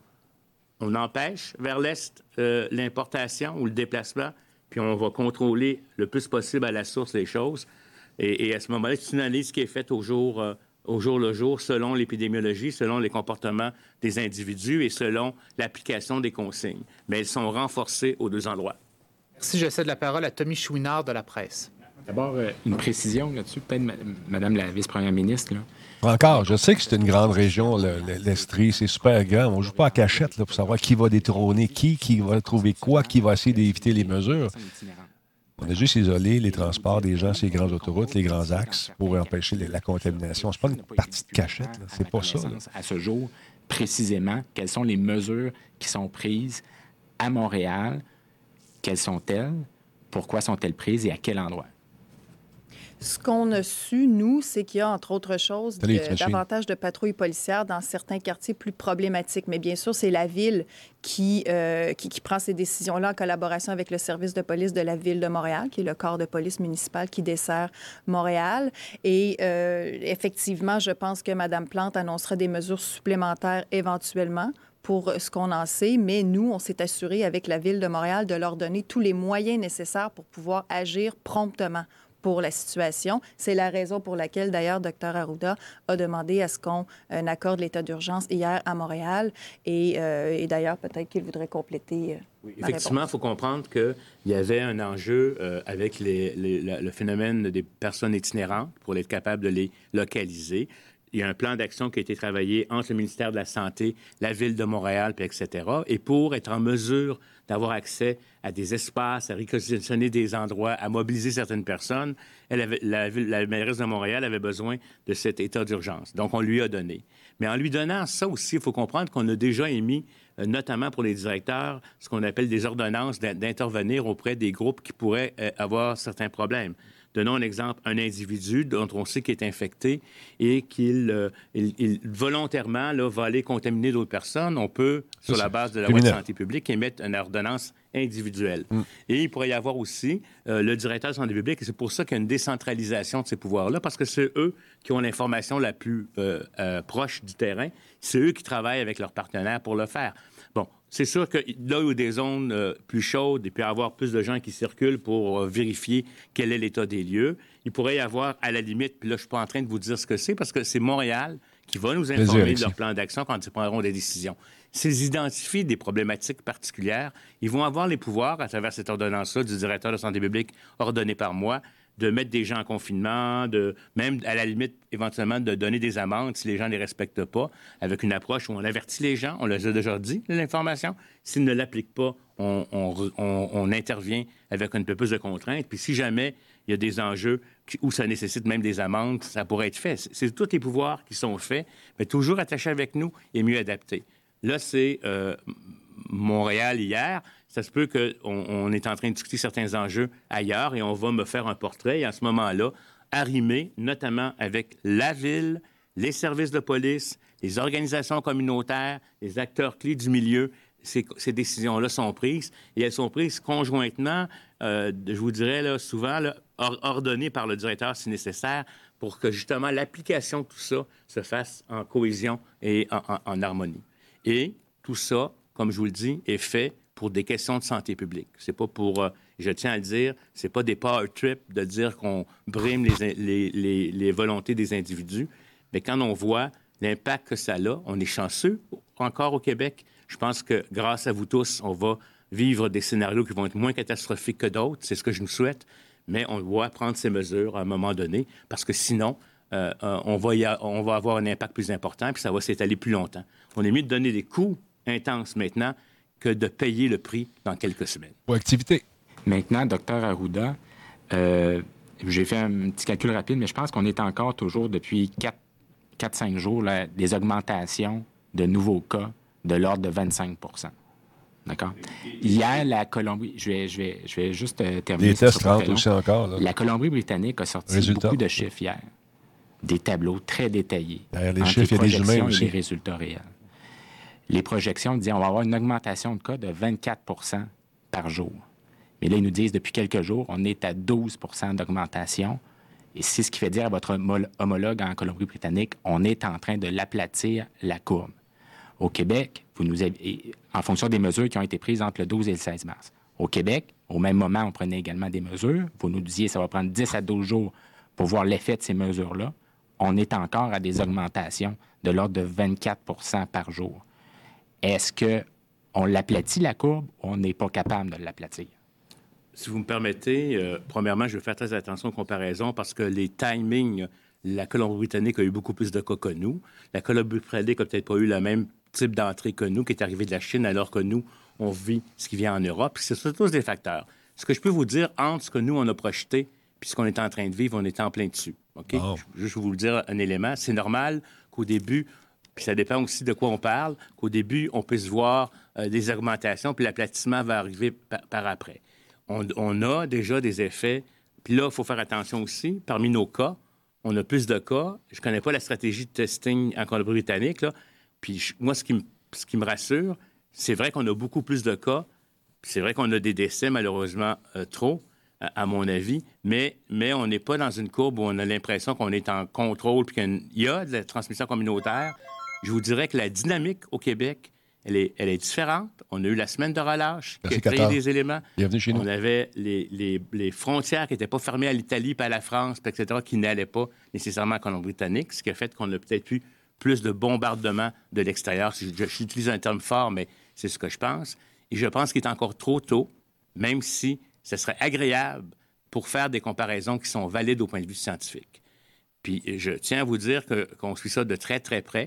empêche vers l'Est l'importation ou le déplacement, puis on va contrôler le plus possible à la source les choses. Et à ce moment-là, c'est une analyse qui est faite au jour le jour, selon l'épidémiologie, selon les comportements des individus et selon l'application des consignes. Mais elles sont renforcées aux 2 endroits. Merci. Je cède la parole à Tommy Chouinard de La Presse. D'abord, une précision là-dessus, peut-être, Madame la vice-première ministre. Là. Encore, je sais que c'est une grande région, l'Estrie, c'est super grand. On ne joue pas à cachette là, pour savoir qui va détrôner qui va trouver quoi, qui va essayer d'éviter les mesures. On a juste isolé les transports des gens sur les grandes autoroutes, les grands axes, pour empêcher la contamination. C'est pas une partie de cachette, là. C'est pas ça. Là. À ce jour, précisément, quelles sont les mesures qui sont prises à Montréal? Quelles sont-elles? Pourquoi sont-elles prises et à quel endroit? Ce qu'on a su, nous, c'est qu'il y a, entre autres choses, davantage de patrouilles policières dans certains quartiers plus problématiques. Mais bien sûr, c'est la Ville qui prend ces décisions-là en collaboration avec le service de police de la Ville de Montréal, qui est le corps de police municipal qui dessert Montréal. Et effectivement, je pense que Mme Plante annoncera des mesures supplémentaires éventuellement pour ce qu'on en sait, mais nous, on s'est assuré avec la Ville de Montréal de leur donner tous les moyens nécessaires pour pouvoir agir promptement pour la situation. C'est la raison pour laquelle, d'ailleurs, Dr Arruda a demandé à ce qu'on accorde l'état d'urgence hier à Montréal. Et d'ailleurs, peut-être qu'il voudrait compléter oui, effectivement, il faut comprendre qu'il y avait un enjeu avec le phénomène des personnes itinérantes pour être capable de les localiser. Il y a un plan d'action qui a été travaillé entre le ministère de la Santé, la Ville de Montréal, puis etc. Et pour être en mesure d'avoir accès à des espaces, à réquisitionner des endroits, à mobiliser certaines personnes, la mairesse de Montréal avait besoin de cet état d'urgence. Donc, on lui a donné. Mais en lui donnant ça aussi, il faut comprendre qu'on a déjà émis, notamment pour les directeurs, ce qu'on appelle des ordonnances d'intervenir auprès des groupes qui pourraient avoir certains problèmes. Donnons un exemple, un individu dont on sait qu'il est infecté et qu'il volontairement là, va aller contaminer d'autres personnes. On peut, sur la base de la loi de santé publique, émettre une ordonnance individuelle. Et il pourrait y avoir aussi le directeur de santé publique, et c'est pour ça qu'il y a une décentralisation de ces pouvoirs-là, parce que c'est eux qui ont l'information la plus proche du terrain. C'est eux qui travaillent avec leurs partenaires pour le faire. Bon, c'est sûr que là où il y a des zones plus chaudes, il peut y avoir plus de gens qui circulent pour vérifier quel est l'état des lieux. Il pourrait y avoir, à la limite, puis là, je ne suis pas en train de vous dire ce que c'est, parce que c'est Montréal qui va nous informer de leur plan d'action quand ils prendront des décisions. S'ils identifient des problématiques particulières, ils vont avoir les pouvoirs, à travers cette ordonnance-là du directeur de santé publique ordonné par moi, de mettre des gens en confinement, même à la limite, éventuellement, de donner des amendes si les gens ne les respectent pas, avec une approche où on avertit les gens, on les a déjà dit, l'information. S'ils ne l'appliquent pas, on intervient avec un peu plus de contraintes. Puis si jamais il y a des enjeux où ça nécessite même des amendes, ça pourrait être fait. C'est tous les pouvoirs qui sont faits, mais toujours attachés avec nous et mieux adaptés. Là, c'est Montréal hier. Ça se peut qu'on est en train de discuter certains enjeux ailleurs et on va me faire un portrait. Et à ce moment-là, arrimé notamment avec la ville, les services de police, les organisations communautaires, les acteurs clés du milieu, ces décisions-là sont prises. Et elles sont prises conjointement, je vous dirais là, souvent, là, ordonnées par le directeur si nécessaire, pour que justement l'application de tout ça se fasse en cohésion et en harmonie. Et tout ça, comme je vous le dis, est fait pour des questions de santé publique. C'est pas pour, je tiens à le dire, c'est pas des power trips de dire qu'on brime les volontés des individus, mais quand on voit l'impact que ça a, on est chanceux encore au Québec. Je pense que grâce à vous tous, on va vivre des scénarios qui vont être moins catastrophiques que d'autres. C'est ce que je nous souhaite, mais on doit prendre ces mesures à un moment donné, parce que sinon, on va avoir un impact plus important, puis ça va s'étaler plus longtemps. On est mieux de donner des coûts intenses maintenant que de payer le prix dans quelques semaines. Pour activité. Maintenant, Dr Arruda, j'ai fait un petit calcul rapide, mais je pense qu'on est encore toujours, depuis 4-5 jours, là, des augmentations de nouveaux cas de l'ordre de 25 %. D'accord? Hier, la Colombie... Je vais juste terminer. Les tests rentrent aussi encore. Là. La Colombie-Britannique a sorti beaucoup de chiffres hier. Des tableaux très détaillés. Derrière les chiffres, il y a des humains aussi. Et les résultats réels. Les projections disaient qu'on va avoir une augmentation de cas de 24 % par jour. Mais là, ils nous disent depuis quelques jours, on est à 12 % d'augmentation. Et c'est ce qui fait dire à votre homologue en Colombie-Britannique, on est en train de l'aplatir, la courbe. Au Québec, vous nous avez, en fonction des mesures qui ont été prises entre le 12 et le 16 mars. Au Québec, au même moment, on prenait également des mesures. Vous nous disiez que ça va prendre 10 à 12 jours pour voir l'effet de ces mesures-là. On est encore à des augmentations de l'ordre de 24 % par jour. Est-ce qu'on l'aplatit, la courbe, ou on n'est pas capable de l'aplatir? Si vous me permettez, premièrement, je vais faire très attention aux comparaisons parce que les timings, la Colombie-Britannique a eu beaucoup plus de cas que nous. La Colombie-Britannique n'a peut-être pas eu le même type d'entrée que nous, qui est arrivé de la Chine, alors que nous, on vit ce qui vient en Europe. C'est tous des facteurs. Ce que je peux vous dire, entre ce que nous, on a projeté puis ce qu'on est en train de vivre, on est en plein dessus. OK? Oh. Je veux juste vous dire un élément. C'est normal qu'au début, puis ça dépend aussi de quoi on parle, qu'au début, on puisse voir des augmentations, puis l'aplatissement va arriver par après. On a déjà des effets. Puis là, il faut faire attention aussi. Parmi nos cas, on a plus de cas. Je ne connais pas la stratégie de testing en Colombie-Britannique, là. Puis moi, ce qui me rassure, c'est vrai qu'on a beaucoup plus de cas. C'est vrai qu'on a des décès, malheureusement, trop, à mon avis. Mais on n'est pas dans une courbe où on a l'impression qu'on est en contrôle puis qu'il y a de la transmission communautaire. Je vous dirais que la dynamique au Québec, elle est différente. On a eu la semaine de relâche qui a créé des éléments. Bienvenue chez nous. On avait les frontières qui n'étaient pas fermées à l'Italie et à la France, etc., qui n'allaient pas nécessairement en Colombie-Britannique, ce qui a fait qu'on a peut-être eu plus de bombardements de l'extérieur. J'utilise un terme fort, mais c'est ce que je pense. Et je pense qu'il est encore trop tôt, même si ce serait agréable pour faire des comparaisons qui sont valides au point de vue scientifique. Puis je tiens à vous dire qu'on suit ça de très, très près.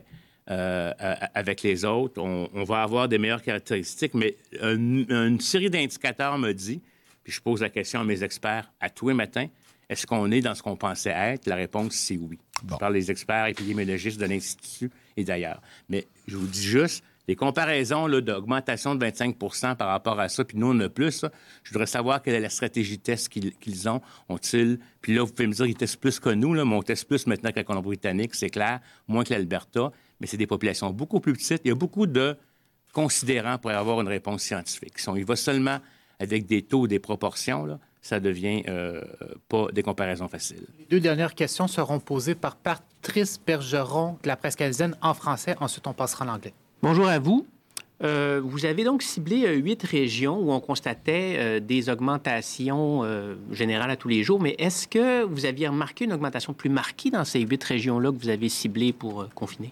Avec les autres, on va avoir des meilleures caractéristiques, mais une série d'indicateurs me dit, puis je pose la question à mes experts à tous les matins, est-ce qu'on est dans ce qu'on pensait être? La réponse, c'est oui. Bon. Je parle des experts épidémiologistes de l'Institut et d'ailleurs. Mais je vous dis juste, les comparaisons là, d'augmentation de 25 % par rapport à ça, puis nous, on a plus, ça, je voudrais savoir quelle est la stratégie de test qu'ils ont. Ont-ils... Puis là, vous pouvez me dire qu'ils testent plus que nous, là, mais on teste plus maintenant que la Colombie-Britannique, c'est clair, moins que l'Alberta. Mais c'est des populations beaucoup plus petites. Il y a beaucoup de considérants pour avoir une réponse scientifique. Il va seulement avec des taux, des proportions, là, ça devient pas des comparaisons faciles. Les deux dernières questions seront posées par Patrice Bergeron de la presse canadienne en français. Ensuite, on passera en anglais. Bonjour à vous. Vous avez donc ciblé 8 régions où on constatait des augmentations générales à tous les jours, mais est-ce que vous aviez remarqué une augmentation plus marquée dans ces 8 régions-là que vous avez ciblées pour confiner?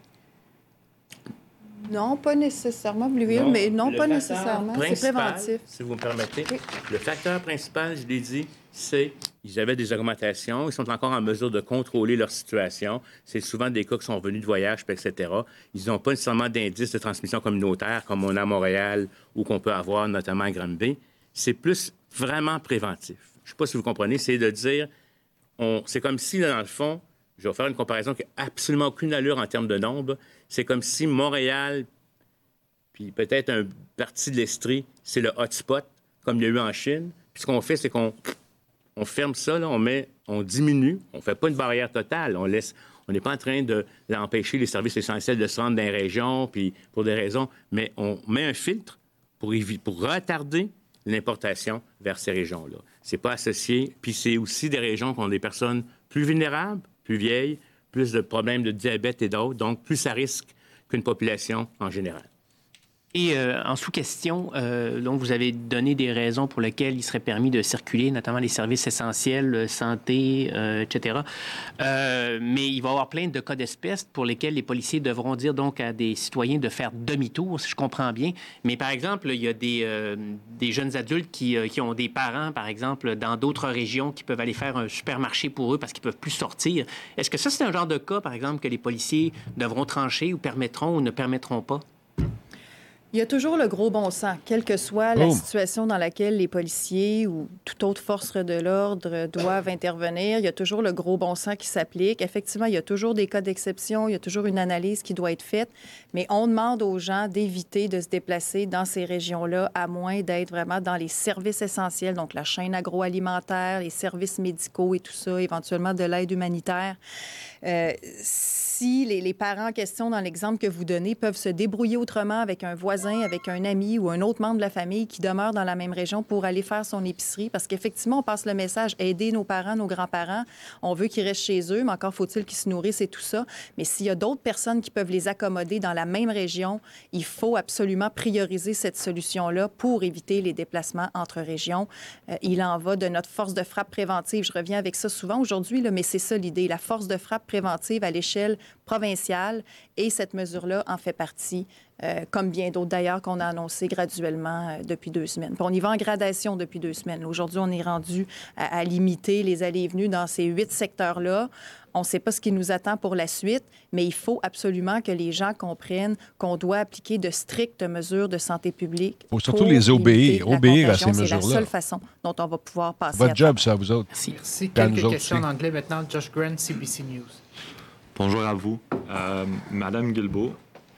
Non, pas nécessairement, mais non, pas nécessairement. C'est préventif. Si vous me permettez, Oui. le facteur principal, je l'ai dit, c'est qu'ils avaient des augmentations, ils sont encore en mesure de contrôler leur situation. C'est souvent des cas qui sont revenus de voyage, etc. Ils n'ont pas nécessairement d'indices de transmission communautaire comme on a à Montréal ou qu'on peut avoir notamment à Granby. C'est plus vraiment préventif. Je ne sais pas si vous comprenez, c'est de dire, c'est comme si, là, dans le fond, je vais faire une comparaison qui n'a absolument aucune allure en termes de nombre. C'est comme si Montréal, puis peut-être une partie de l'Estrie, c'est le hotspot, comme il y a eu en Chine. Puis ce qu'on fait, c'est qu'on ferme ça, là, on diminue, on ne fait pas une barrière totale. On n'est pas en train d'empêcher les services essentiels de se rendre dans les régions, puis pour des raisons, mais on met un filtre pour retarder l'importation vers ces régions-là. C'est pas associé. Puis c'est aussi des régions qui ont des personnes plus vulnérables, plus vieilles, plus de problèmes de diabète et d'autres, donc plus à risque qu'une population en général. Et en sous-question, donc vous avez donné des raisons pour lesquelles il serait permis de circuler, notamment les services essentiels, santé, etc. Mais il va y avoir plein de cas d'espèce pour lesquels les policiers devront dire donc à des citoyens de faire demi-tour, si je comprends bien. Mais par exemple, il y a des jeunes adultes qui ont des parents, par exemple, dans d'autres régions qui peuvent aller faire un supermarché pour eux parce qu'ils ne peuvent plus sortir. Est-ce que ça, c'est un genre de cas, par exemple, que les policiers devront trancher ou permettront ou ne permettront pas? Il y a toujours le gros bon sens, quelle que soit la situation dans laquelle les policiers ou toute autre force de l'ordre doivent intervenir. Il y a toujours le gros bon sens qui s'applique. Effectivement, il y a toujours des cas d'exception, il y a toujours une analyse qui doit être faite, mais on demande aux gens d'éviter de se déplacer dans ces régions-là, à moins d'être vraiment dans les services essentiels, donc la chaîne agroalimentaire, les services médicaux et tout ça, éventuellement de l'aide humanitaire. Si les parents en question, dans l'exemple que vous donnez, peuvent se débrouiller autrement avec un voisin, avec un ami ou un autre membre de la famille qui demeure dans la même région pour aller faire son épicerie, parce qu'effectivement, on passe le message, aider nos parents, nos grands-parents, on veut qu'ils restent chez eux, mais encore faut-il qu'ils se nourrissent et tout ça. Mais s'il y a d'autres personnes qui peuvent les accommoder dans la même région, il faut absolument prioriser cette solution-là pour éviter les déplacements entre régions. Il en va de notre force de frappe préventive. Je reviens avec ça souvent aujourd'hui, là, mais c'est ça l'idée, la force de frappe préventive à l'échelle provinciale, et cette mesure-là en fait partie, comme bien d'autres d'ailleurs qu'on a annoncé graduellement depuis 2 semaines. Puis on y va en gradation depuis 2 semaines. Aujourd'hui, on est rendu à limiter les allées et venues dans ces 8 secteurs-là. On ne sait pas ce qui nous attend pour la suite, mais il faut absolument que les gens comprennent qu'on doit appliquer de strictes mesures de santé publique. Il faut surtout les obéir à ces mesures-là. C'est la seule façon dont on va pouvoir passer Votre job, ça, vous autres. Merci. Quelques questions en anglais maintenant. Josh Grant, CBC News. Bonjour à vous. Madame Guilbeault,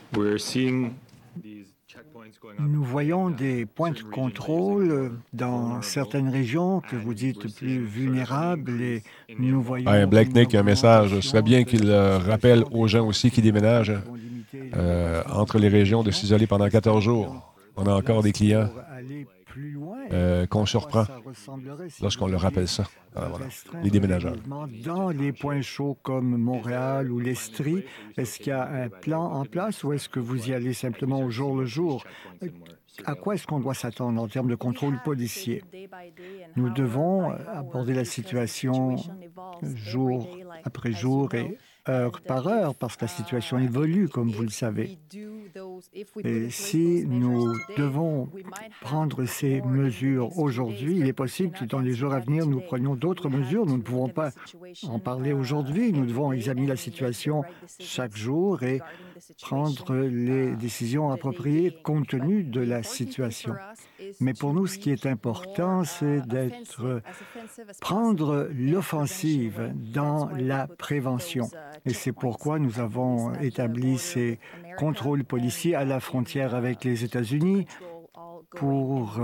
nous voyons des points de contrôle dans certaines régions que vous dites plus vulnérables et nous voyons... Blake Nick, un message. Ce serait bien qu'il rappelle aux gens aussi qui déménagent entre les régions de s'isoler pendant 14 jours. On a encore des clients qu'on surprend lorsqu'on leur rappelle ça. Alors, voilà. Les déménageurs. Dans les points chauds comme Montréal ou l'Estrie, est-ce qu'il y a un plan en place ou est-ce que vous y allez simplement au jour le jour? À quoi est-ce qu'on doit s'attendre en termes de contrôle policier? Nous devons aborder la situation jour après jour et heure par heure, parce que la situation évolue, comme vous le savez. Et si nous devons prendre ces mesures aujourd'hui, il est possible que dans les jours à venir, nous prenions d'autres mesures. Nous ne pouvons pas en parler aujourd'hui. Nous devons examiner la situation chaque jour et prendre les décisions appropriées compte tenu de la situation. Mais pour nous, ce qui est important, c'est prendre l'offensive dans la prévention. Et c'est pourquoi nous avons établi ces contrôles policiers à la frontière avec les États-Unis pour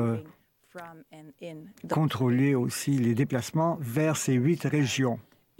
contrôler aussi les déplacements vers ces 8 régions.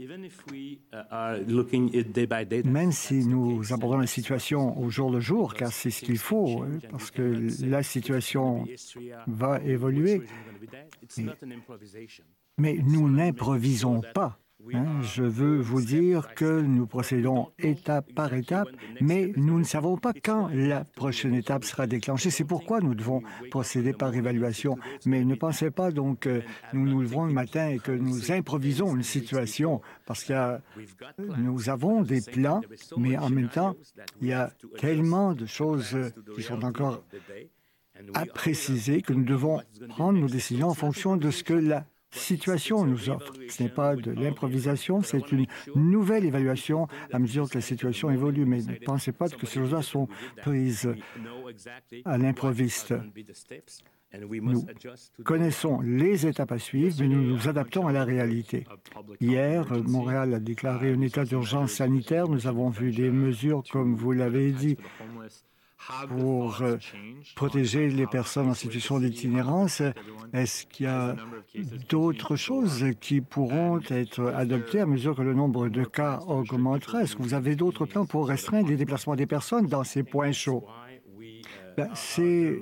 Même si nous abordons la situation au jour le jour, car c'est ce qu'il faut, parce que la situation va évoluer, mais nous n'improvisons pas. Je veux vous dire que nous procédons étape par étape, mais nous ne savons pas quand la prochaine étape sera déclenchée. C'est pourquoi nous devons procéder par évaluation. Mais ne pensez pas donc que nous nous levons le matin et que nous improvisons une situation, parce que nous avons des plans, mais en même temps, il y a tellement de choses qui sont encore à préciser que nous devons prendre nos décisions en fonction de ce que la situation nous offre. Ce n'est pas de l'improvisation, c'est une nouvelle évaluation à mesure que la situation évolue. Mais ne pensez pas que ces choses-là sont prises à l'improviste. Nous connaissons les étapes à suivre, mais nous nous adaptons à la réalité. Hier, Montréal a déclaré un état d'urgence sanitaire. Nous avons vu des mesures, comme vous l'avez dit, pour protéger les personnes en situation d'itinérance. Est-ce qu'il y a d'autres choses qui pourront être adoptées à mesure que le nombre de cas augmentera? Est-ce que vous avez d'autres plans pour restreindre les déplacements des personnes dans ces points chauds? C'est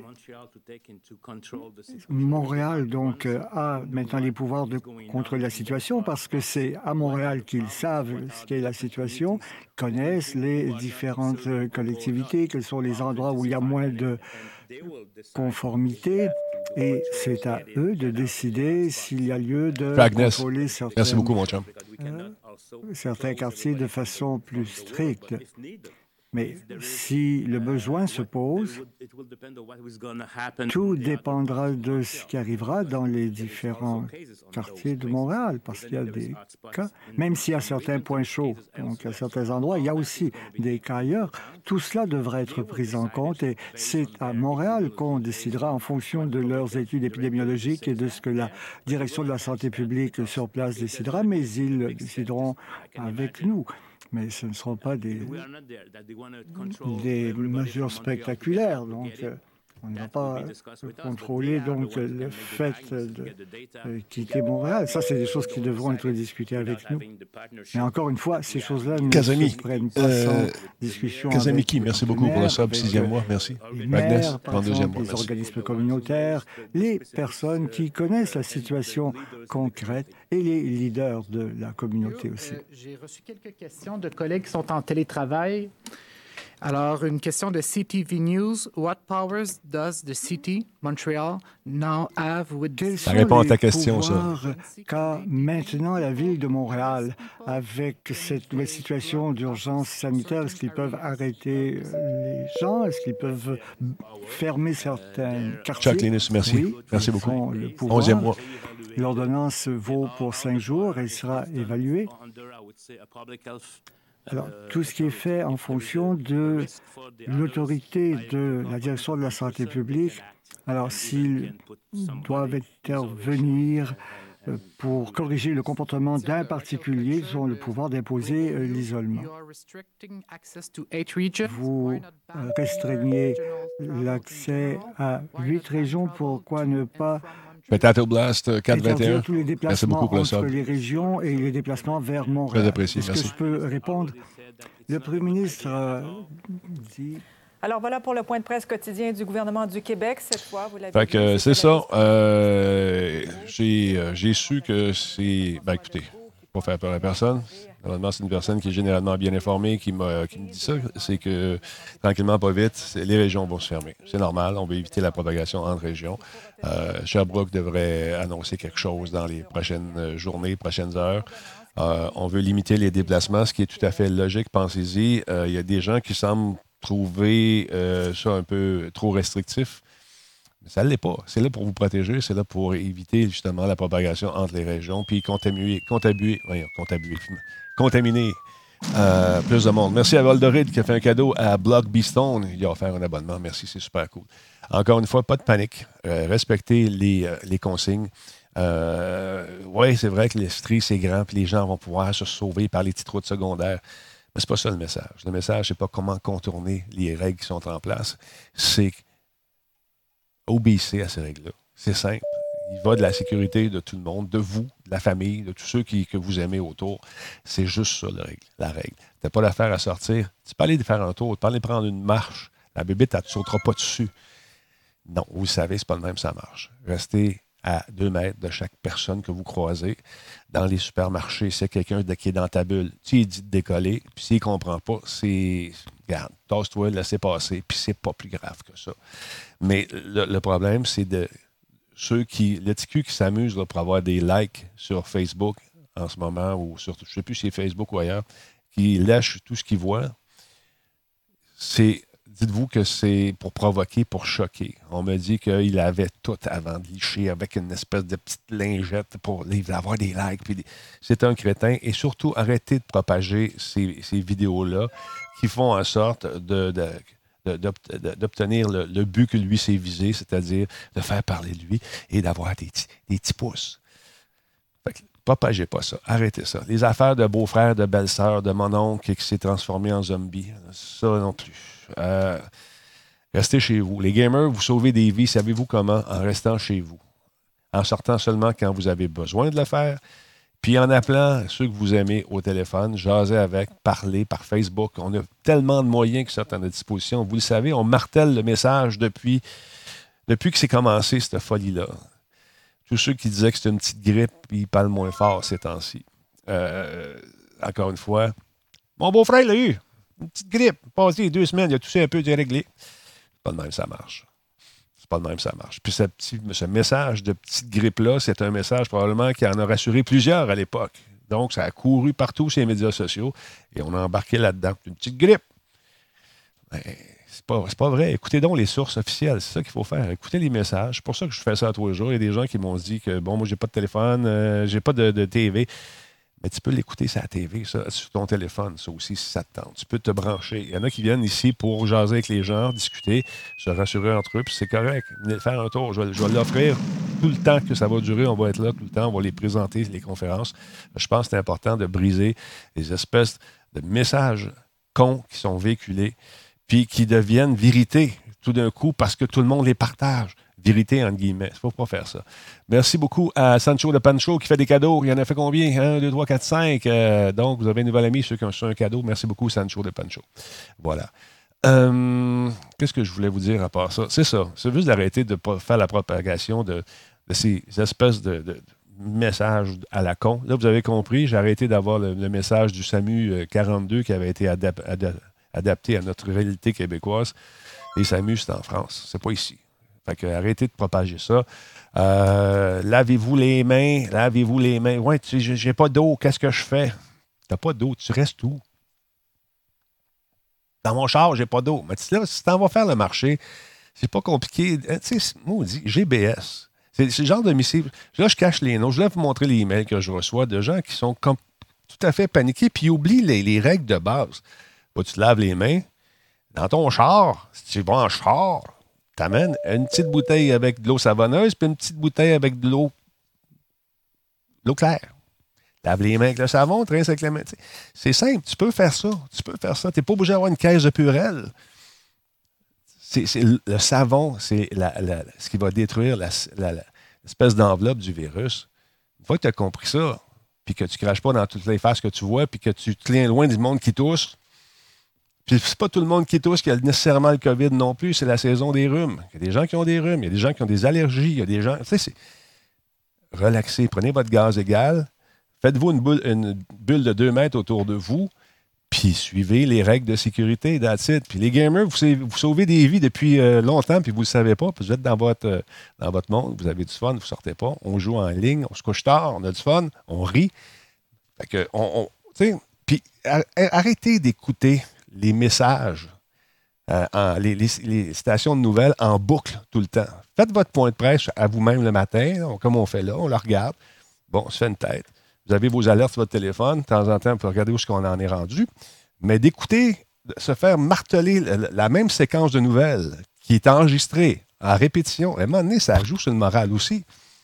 Montréal, donc, a maintenant les pouvoirs de contrôler la situation parce que c'est à Montréal qu'ils savent ce qu'est la situation, connaissent les différentes collectivités, quels sont les endroits où il y a moins de conformité, et c'est à eux de décider s'il y a lieu de contrôler Merci beaucoup, mon chum. Certains quartiers de façon plus stricte. Mais si le besoin se pose, tout dépendra de ce qui arrivera dans les différents quartiers de Montréal, parce qu'il y a des cas, même s'il y a certains points chauds, donc à certains endroits, il y a aussi des cas ailleurs. Tout cela devrait être pris en compte et c'est à Montréal qu'on décidera en fonction de leurs études épidémiologiques et de ce que la direction de la santé publique sur place décidera, mais ils décideront avec nous. Mais ce ne seront pas des mesures spectaculaires. Donc, on ne va pas contrôler donc, le fait de quitter Montréal. Ça, c'est des choses qui devront être discutées avec nous. Mais encore une fois, ces choses-là ne se prennent pas sans discussion. Kazamiki, merci beaucoup pour le sub, 6e mois. Merci. Les maires, par exemple, les organismes communautaires, les personnes qui connaissent la situation concrète et les leaders de la communauté aussi. J'ai reçu quelques questions de collègues qui sont en télétravail. Alors, une question de CTV News. What powers does the city, Montreal, now have with... Ça répond à ta question, ça. Qu'a maintenant la ville de Montréal avec cette nouvelle situation d'urgence sanitaire? Est-ce qu'ils peuvent arrêter les gens? Est-ce qu'ils peuvent fermer certains quartiers? Chuck Linus, merci. Oui, merci beaucoup. 11e mois. L'ordonnance vaut pour 5 jours. Elle sera évaluée. Alors, tout ce qui est fait en fonction de l'autorité de la direction de la santé publique, alors s'ils doivent intervenir pour corriger le comportement d'un particulier, ils ont le pouvoir d'imposer l'isolement. Vous restreignez l'accès à 8 régions. Pourquoi ne pas Potato Blast 421. Tous les déplacements merci beaucoup pour le entre sub. les régions et les déplacements vers Montréal. Très apprécié, Est-ce que je peux répondre? Le premier ministre dit... Alors voilà pour le point de presse quotidien du gouvernement du Québec. Cette fois, vous l'avez Fait que dit, c'est ça. J'ai su que c'est... Ben écoutez, pas faire peur à personne. Normalement, c'est une personne qui est généralement bien informée qui me dit ça. C'est que, tranquillement, pas vite, les régions vont se fermer. C'est normal. On veut éviter la propagation entre régions. Sherbrooke devrait annoncer quelque chose dans les prochaines journées, prochaines heures. On veut limiter les déplacements, ce qui est tout à fait logique. Pensez-y. Il y a des gens qui semblent trouver ça un peu trop restrictif. Mais ça ne l'est pas. C'est là pour vous protéger. C'est là pour éviter justement la propagation entre les régions puis contaminer plus de monde. Merci à Voldoride qui a fait un cadeau à Block B-Stone. Il a offert un abonnement. Merci, c'est super cool. Encore une fois, pas de panique. Respectez les consignes. Oui, c'est vrai que l'Estrie, c'est grand puis les gens vont pouvoir se sauver par les petites routes secondaires. Mais c'est pas ça le message. Le message, c'est pas comment contourner les règles qui sont en place. C'est obéissez à ces règles-là. C'est simple. Il va de la sécurité de tout le monde, de vous, de la famille, de tous ceux que vous aimez autour. C'est juste ça, la règle. Tu n'as pas d'affaire à sortir. Tu peux aller faire un tour, tu peux aller prendre une marche. La bébête, elle ne te sautera pas dessus. Non, vous le savez, c'est pas le même, ça marche. Restez à 2 mètres de chaque personne que vous croisez. Dans les supermarchés, c'est quelqu'un qui est dans ta bulle. Tu lui dis de décoller, puis s'il ne comprend pas, c'est... Regarde, tasse-toi, laissez passer, puis c'est pas plus grave que ça. Mais le problème, c'est de ceux qui... Le TQ qui s'amuse là, pour avoir des likes sur Facebook en ce moment, ou sur, je ne sais plus si c'est Facebook ou ailleurs, qui lèchent tout ce qu'ils voient. Dites-vous que c'est pour provoquer, pour choquer. On me dit qu'il avait tout avant de licher avec une espèce de petite lingette pour avoir des likes. C'est un crétin. Et surtout, arrêtez de propager ces vidéos-là qui font en sorte d'obtenir le but que lui s'est visé, c'est-à-dire de faire parler de lui et d'avoir des petits pouces. Fait que, propagez pas ça. Arrêtez ça. Les affaires de beau-frère, de belle-sœur, de mon oncle qui s'est transformé en zombie, ça non plus. Restez chez vous. Les gamers, vous sauvez des vies, savez-vous comment? En restant chez vous. En sortant seulement quand vous avez besoin de le faire. Puis en appelant ceux que vous aimez au téléphone, jaser avec, parler par Facebook. On a tellement de moyens qui sortent à notre disposition. Vous le savez, on martèle le message depuis que c'est commencé, cette folie-là. Tous ceux qui disaient que c'était une petite grippe, ils parlent moins fort ces temps-ci. Encore une fois, mon beau-frère l'a eu. Une petite grippe. Passé 2 semaines, il a toussé un peu, il a réglé. C'est pas de même, ça marche. C'est pas de même, ça marche. Puis ce message de petite grippe-là, c'est un message probablement qui en a rassuré plusieurs à l'époque. Donc, ça a couru partout sur les médias sociaux et on a embarqué là-dedans. Une petite grippe. Ben, c'est pas vrai. Écoutez donc les sources officielles. C'est ça qu'il faut faire. Écoutez les messages. C'est pour ça que je fais ça tous les jours. Il y a des gens qui m'ont dit que, bon, moi, j'ai pas de téléphone, j'ai pas de TV. Mais tu peux l'écouter sur la TV, ça, sur ton téléphone, ça aussi, si ça te tente. Tu peux te brancher. Il y en a qui viennent ici pour jaser avec les gens, discuter, se rassurer entre eux, puis c'est correct. Venez faire un tour. Je vais l'offrir tout le temps que ça va durer. On va être là tout le temps. On va les présenter, les conférences. Je pense que c'est important de briser les espèces de messages cons qui sont véhiculés, puis qui deviennent vérité tout d'un coup parce que tout le monde les partage. Vérité, entre guillemets. Il ne faut pas faire ça. Merci beaucoup à Sancho de Pancho qui fait des cadeaux. Il en a fait combien? 1, 2, 3, 4, 5. Donc, vous avez un nouvel ami, ceux qui ont reçu un cadeau. Merci beaucoup, Sancho de Pancho. Voilà. Qu'est-ce que je voulais vous dire à part ça? C'est ça. C'est juste d'arrêter de faire la propagation de ces espèces de messages à la con. Là, vous avez compris, j'ai arrêté d'avoir le message du SAMU 42 qui avait été adapté à notre réalité québécoise. Les SAMU, c'est en France. C'est pas ici. Fait que arrêtez de propager ça. Lavez-vous les mains. Lavez-vous les mains. Ouais, j'ai pas d'eau. Qu'est-ce que je fais? T'as pas d'eau. Tu restes où? Dans mon char, j'ai pas d'eau. Mais là, si t'en vas faire le marché, c'est pas compliqué. Tu sais, maudit, GBS. C'est le genre de missive. Là, je cache les noms. Je vais vous montrer les emails que je reçois de gens qui sont tout à fait paniqués puis ils oublient les règles de base. Bah, tu te laves les mains. Dans ton char, si tu vas en char, t'amènes une petite bouteille avec de l'eau savonneuse puis une petite bouteille avec de l'eau claire. Lave les mains avec le savon, rince avec les mains. C'est simple, tu peux faire ça. Tu n'es pas obligé d'avoir une caisse de Purell. Le savon, c'est ce qui va détruire l'espèce d'enveloppe du virus. Une fois que tu as compris ça, puis que tu ne craches pas dans toutes les faces que tu vois, puis que tu te tiens loin du monde qui tousse, puis c'est pas tout le monde qui tousse qui a nécessairement le COVID non plus, c'est la saison des rhumes. Il y a des gens qui ont des rhumes, il y a des gens qui ont des allergies, il y a des gens... Tu sais, relaxez, prenez votre gaz égal, faites-vous une bulle de 2 mètres autour de vous, puis suivez les règles de sécurité, that's it. Puis les gamers, vous sauvez des vies depuis longtemps, puis vous ne le savez pas, puis vous êtes dans votre monde, vous avez du fun, vous ne sortez pas, on joue en ligne, on se couche tard, on a du fun, on rit. Fait que, tu sais, puis arrêtez d'écouter les messages, les stations de nouvelles en boucle tout le temps. Faites votre point de presse à vous-même le matin, comme on fait là, on le regarde. Bon, on se fait une tête. Vous avez vos alertes sur votre téléphone. De temps en temps, on peut regarder où est-ce qu'on en est rendu. Mais d'écouter, se faire marteler la même séquence de nouvelles qui est enregistrée en répétition, à un moment donné, ça joue sur le moral aussi.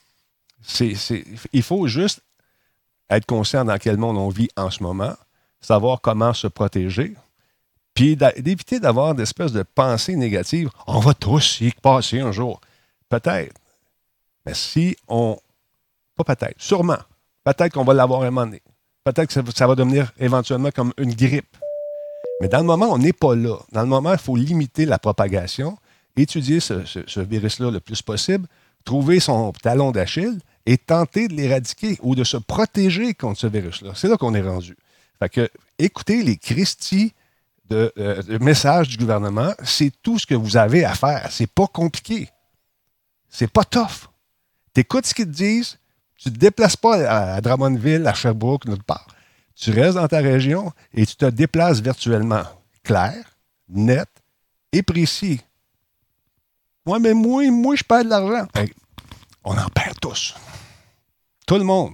Il faut juste être conscient dans quel monde on vit en ce moment, savoir comment se protéger, puis d'éviter d'avoir d'espèces de pensées négatives. On va tous y passer un jour. Peut-être. Mais si on... Pas peut-être, sûrement. Peut-être qu'on va l'avoir à un moment donné. Peut-être que ça va devenir éventuellement comme une grippe. Mais dans le moment, on n'est pas là. Dans le moment, il faut limiter la propagation, étudier ce virus-là le plus possible, trouver son talon d'Achille et tenter de l'éradiquer ou de se protéger contre ce virus-là. C'est là qu'on est rendu. Fait que, écoutez les Christie de messages du gouvernement, c'est tout ce que vous avez à faire. C'est pas compliqué. C'est pas tough. T'écoutes ce qu'ils te disent, tu te déplaces pas à Drummondville, à Sherbrooke, nulle part. Tu restes dans ta région et tu te déplaces virtuellement. Clair, net et précis. Ouais, mais moi, je perds de l'argent. Hey, on en perd tous. Tout le monde.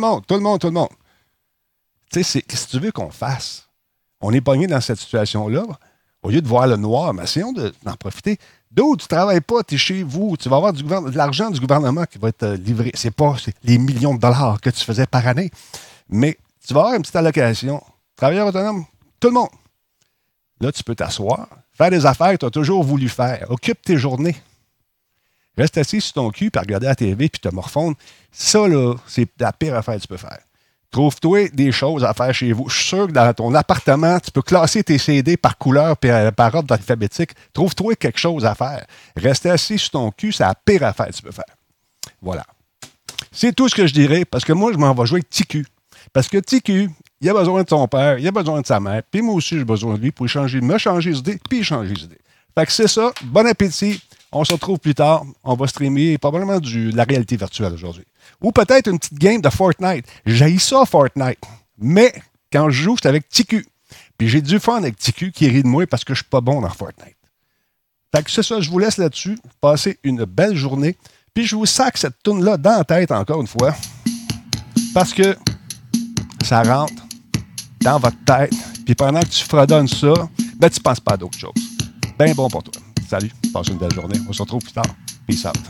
Tu sais, qu'est-ce que tu veux qu'on fasse? On est pogné dans cette situation-là. Au lieu de voir le noir, mais essayons d'en profiter. D'où tu ne travailles pas, tu es chez vous, tu vas avoir de l'argent du gouvernement qui va être livré. C'est pas les millions de dollars que tu faisais par année, mais tu vas avoir une petite allocation. Travailleur autonome, tout le monde. Là, tu peux t'asseoir, faire des affaires que tu as toujours voulu faire. Occupe tes journées. Reste assis sur ton cul, puis regarder la TV, puis te morfondre. Ça, là, c'est la pire affaire que tu peux faire. Trouve-toi des choses à faire chez vous. Je suis sûr que dans ton appartement, tu peux classer tes CD par couleur et par ordre alphabétique. Trouve-toi quelque chose à faire. Rester assis sur ton cul, c'est la pire affaire que tu peux faire. Voilà. C'est tout ce que je dirais, parce que moi, je m'en vais jouer avec TQ. Parce que TQ, il a besoin de son père, il a besoin de sa mère, puis moi aussi, j'ai besoin de lui pour me changer les idées, puis changer les idées. Fait que c'est ça. Bon appétit. On se retrouve plus tard. On va streamer probablement de la réalité virtuelle aujourd'hui. Ou peut-être une petite game de Fortnite. J'haïs ça, Fortnite. Mais quand je joue, c'est avec TQ. Puis j'ai du fun avec TQ qui rit de moi parce que je suis pas bon dans Fortnite. Fait que c'est ça, je vous laisse là-dessus. Passez une belle journée. Puis je vous sac cette toune-là dans la tête encore une fois. Parce que ça rentre dans votre tête. Puis pendant que tu fredonnes ça, ben tu penses pas à d'autres choses. Ben bon pour toi. Salut, passe une belle journée. On se retrouve plus tard. Peace out.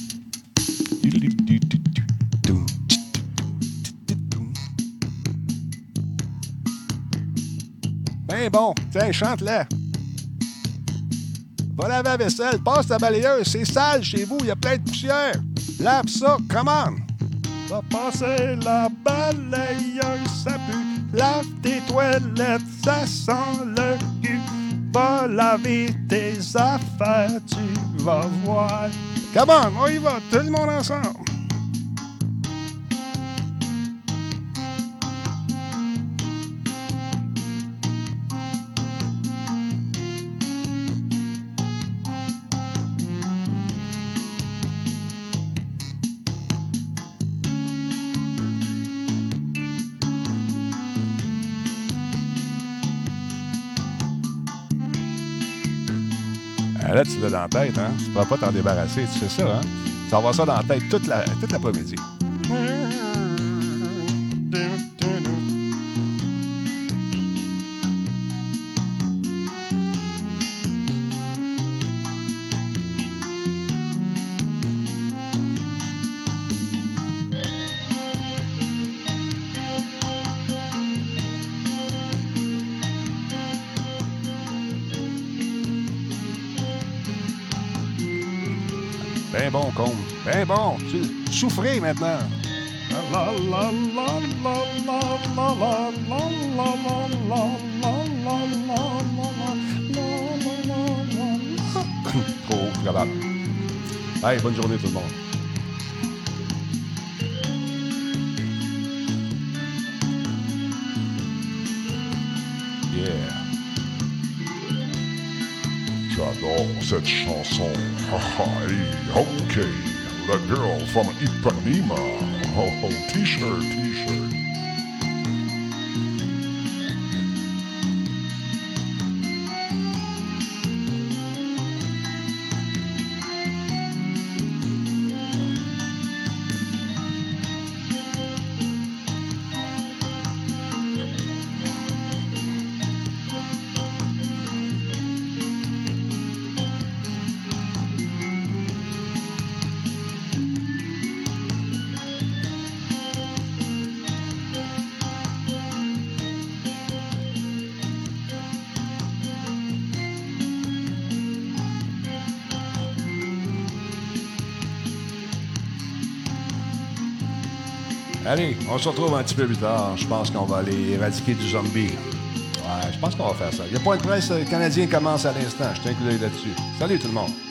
Ben bon, tiens, chante-la. Va laver la vaisselle, passe ta balayeuse, c'est sale chez vous, il y a plein de poussière. Lave ça, come on. Va passer la balayeuse, ça pue. Lave tes toilettes, ça sent le cul. Va laver tes affaires, tu vas voir. Come on, on y va, tout le monde ensemble. Là, tu l'as dans la tête, hein? Tu ne pourras pas t'en débarrasser, tu sais ça, hein? Tu vas avoir ça dans la tête toute l'après-midi. Ben bon, Combe. Ben bon. Tu souffrez maintenant. Trop probable. Hey, bonne journée tout le monde. Yeah. J'adore cette chanson. OK. The girl from Ipanema. Oh, t-shirt. Allez, on se retrouve un petit peu plus tard. Je pense qu'on va aller éradiquer du zombie. Ouais, je pense qu'on va faire ça. Il n'y a pas de presse canadien commence à l'instant. Je tiens un coup d'œil là-dessus. Salut tout le monde.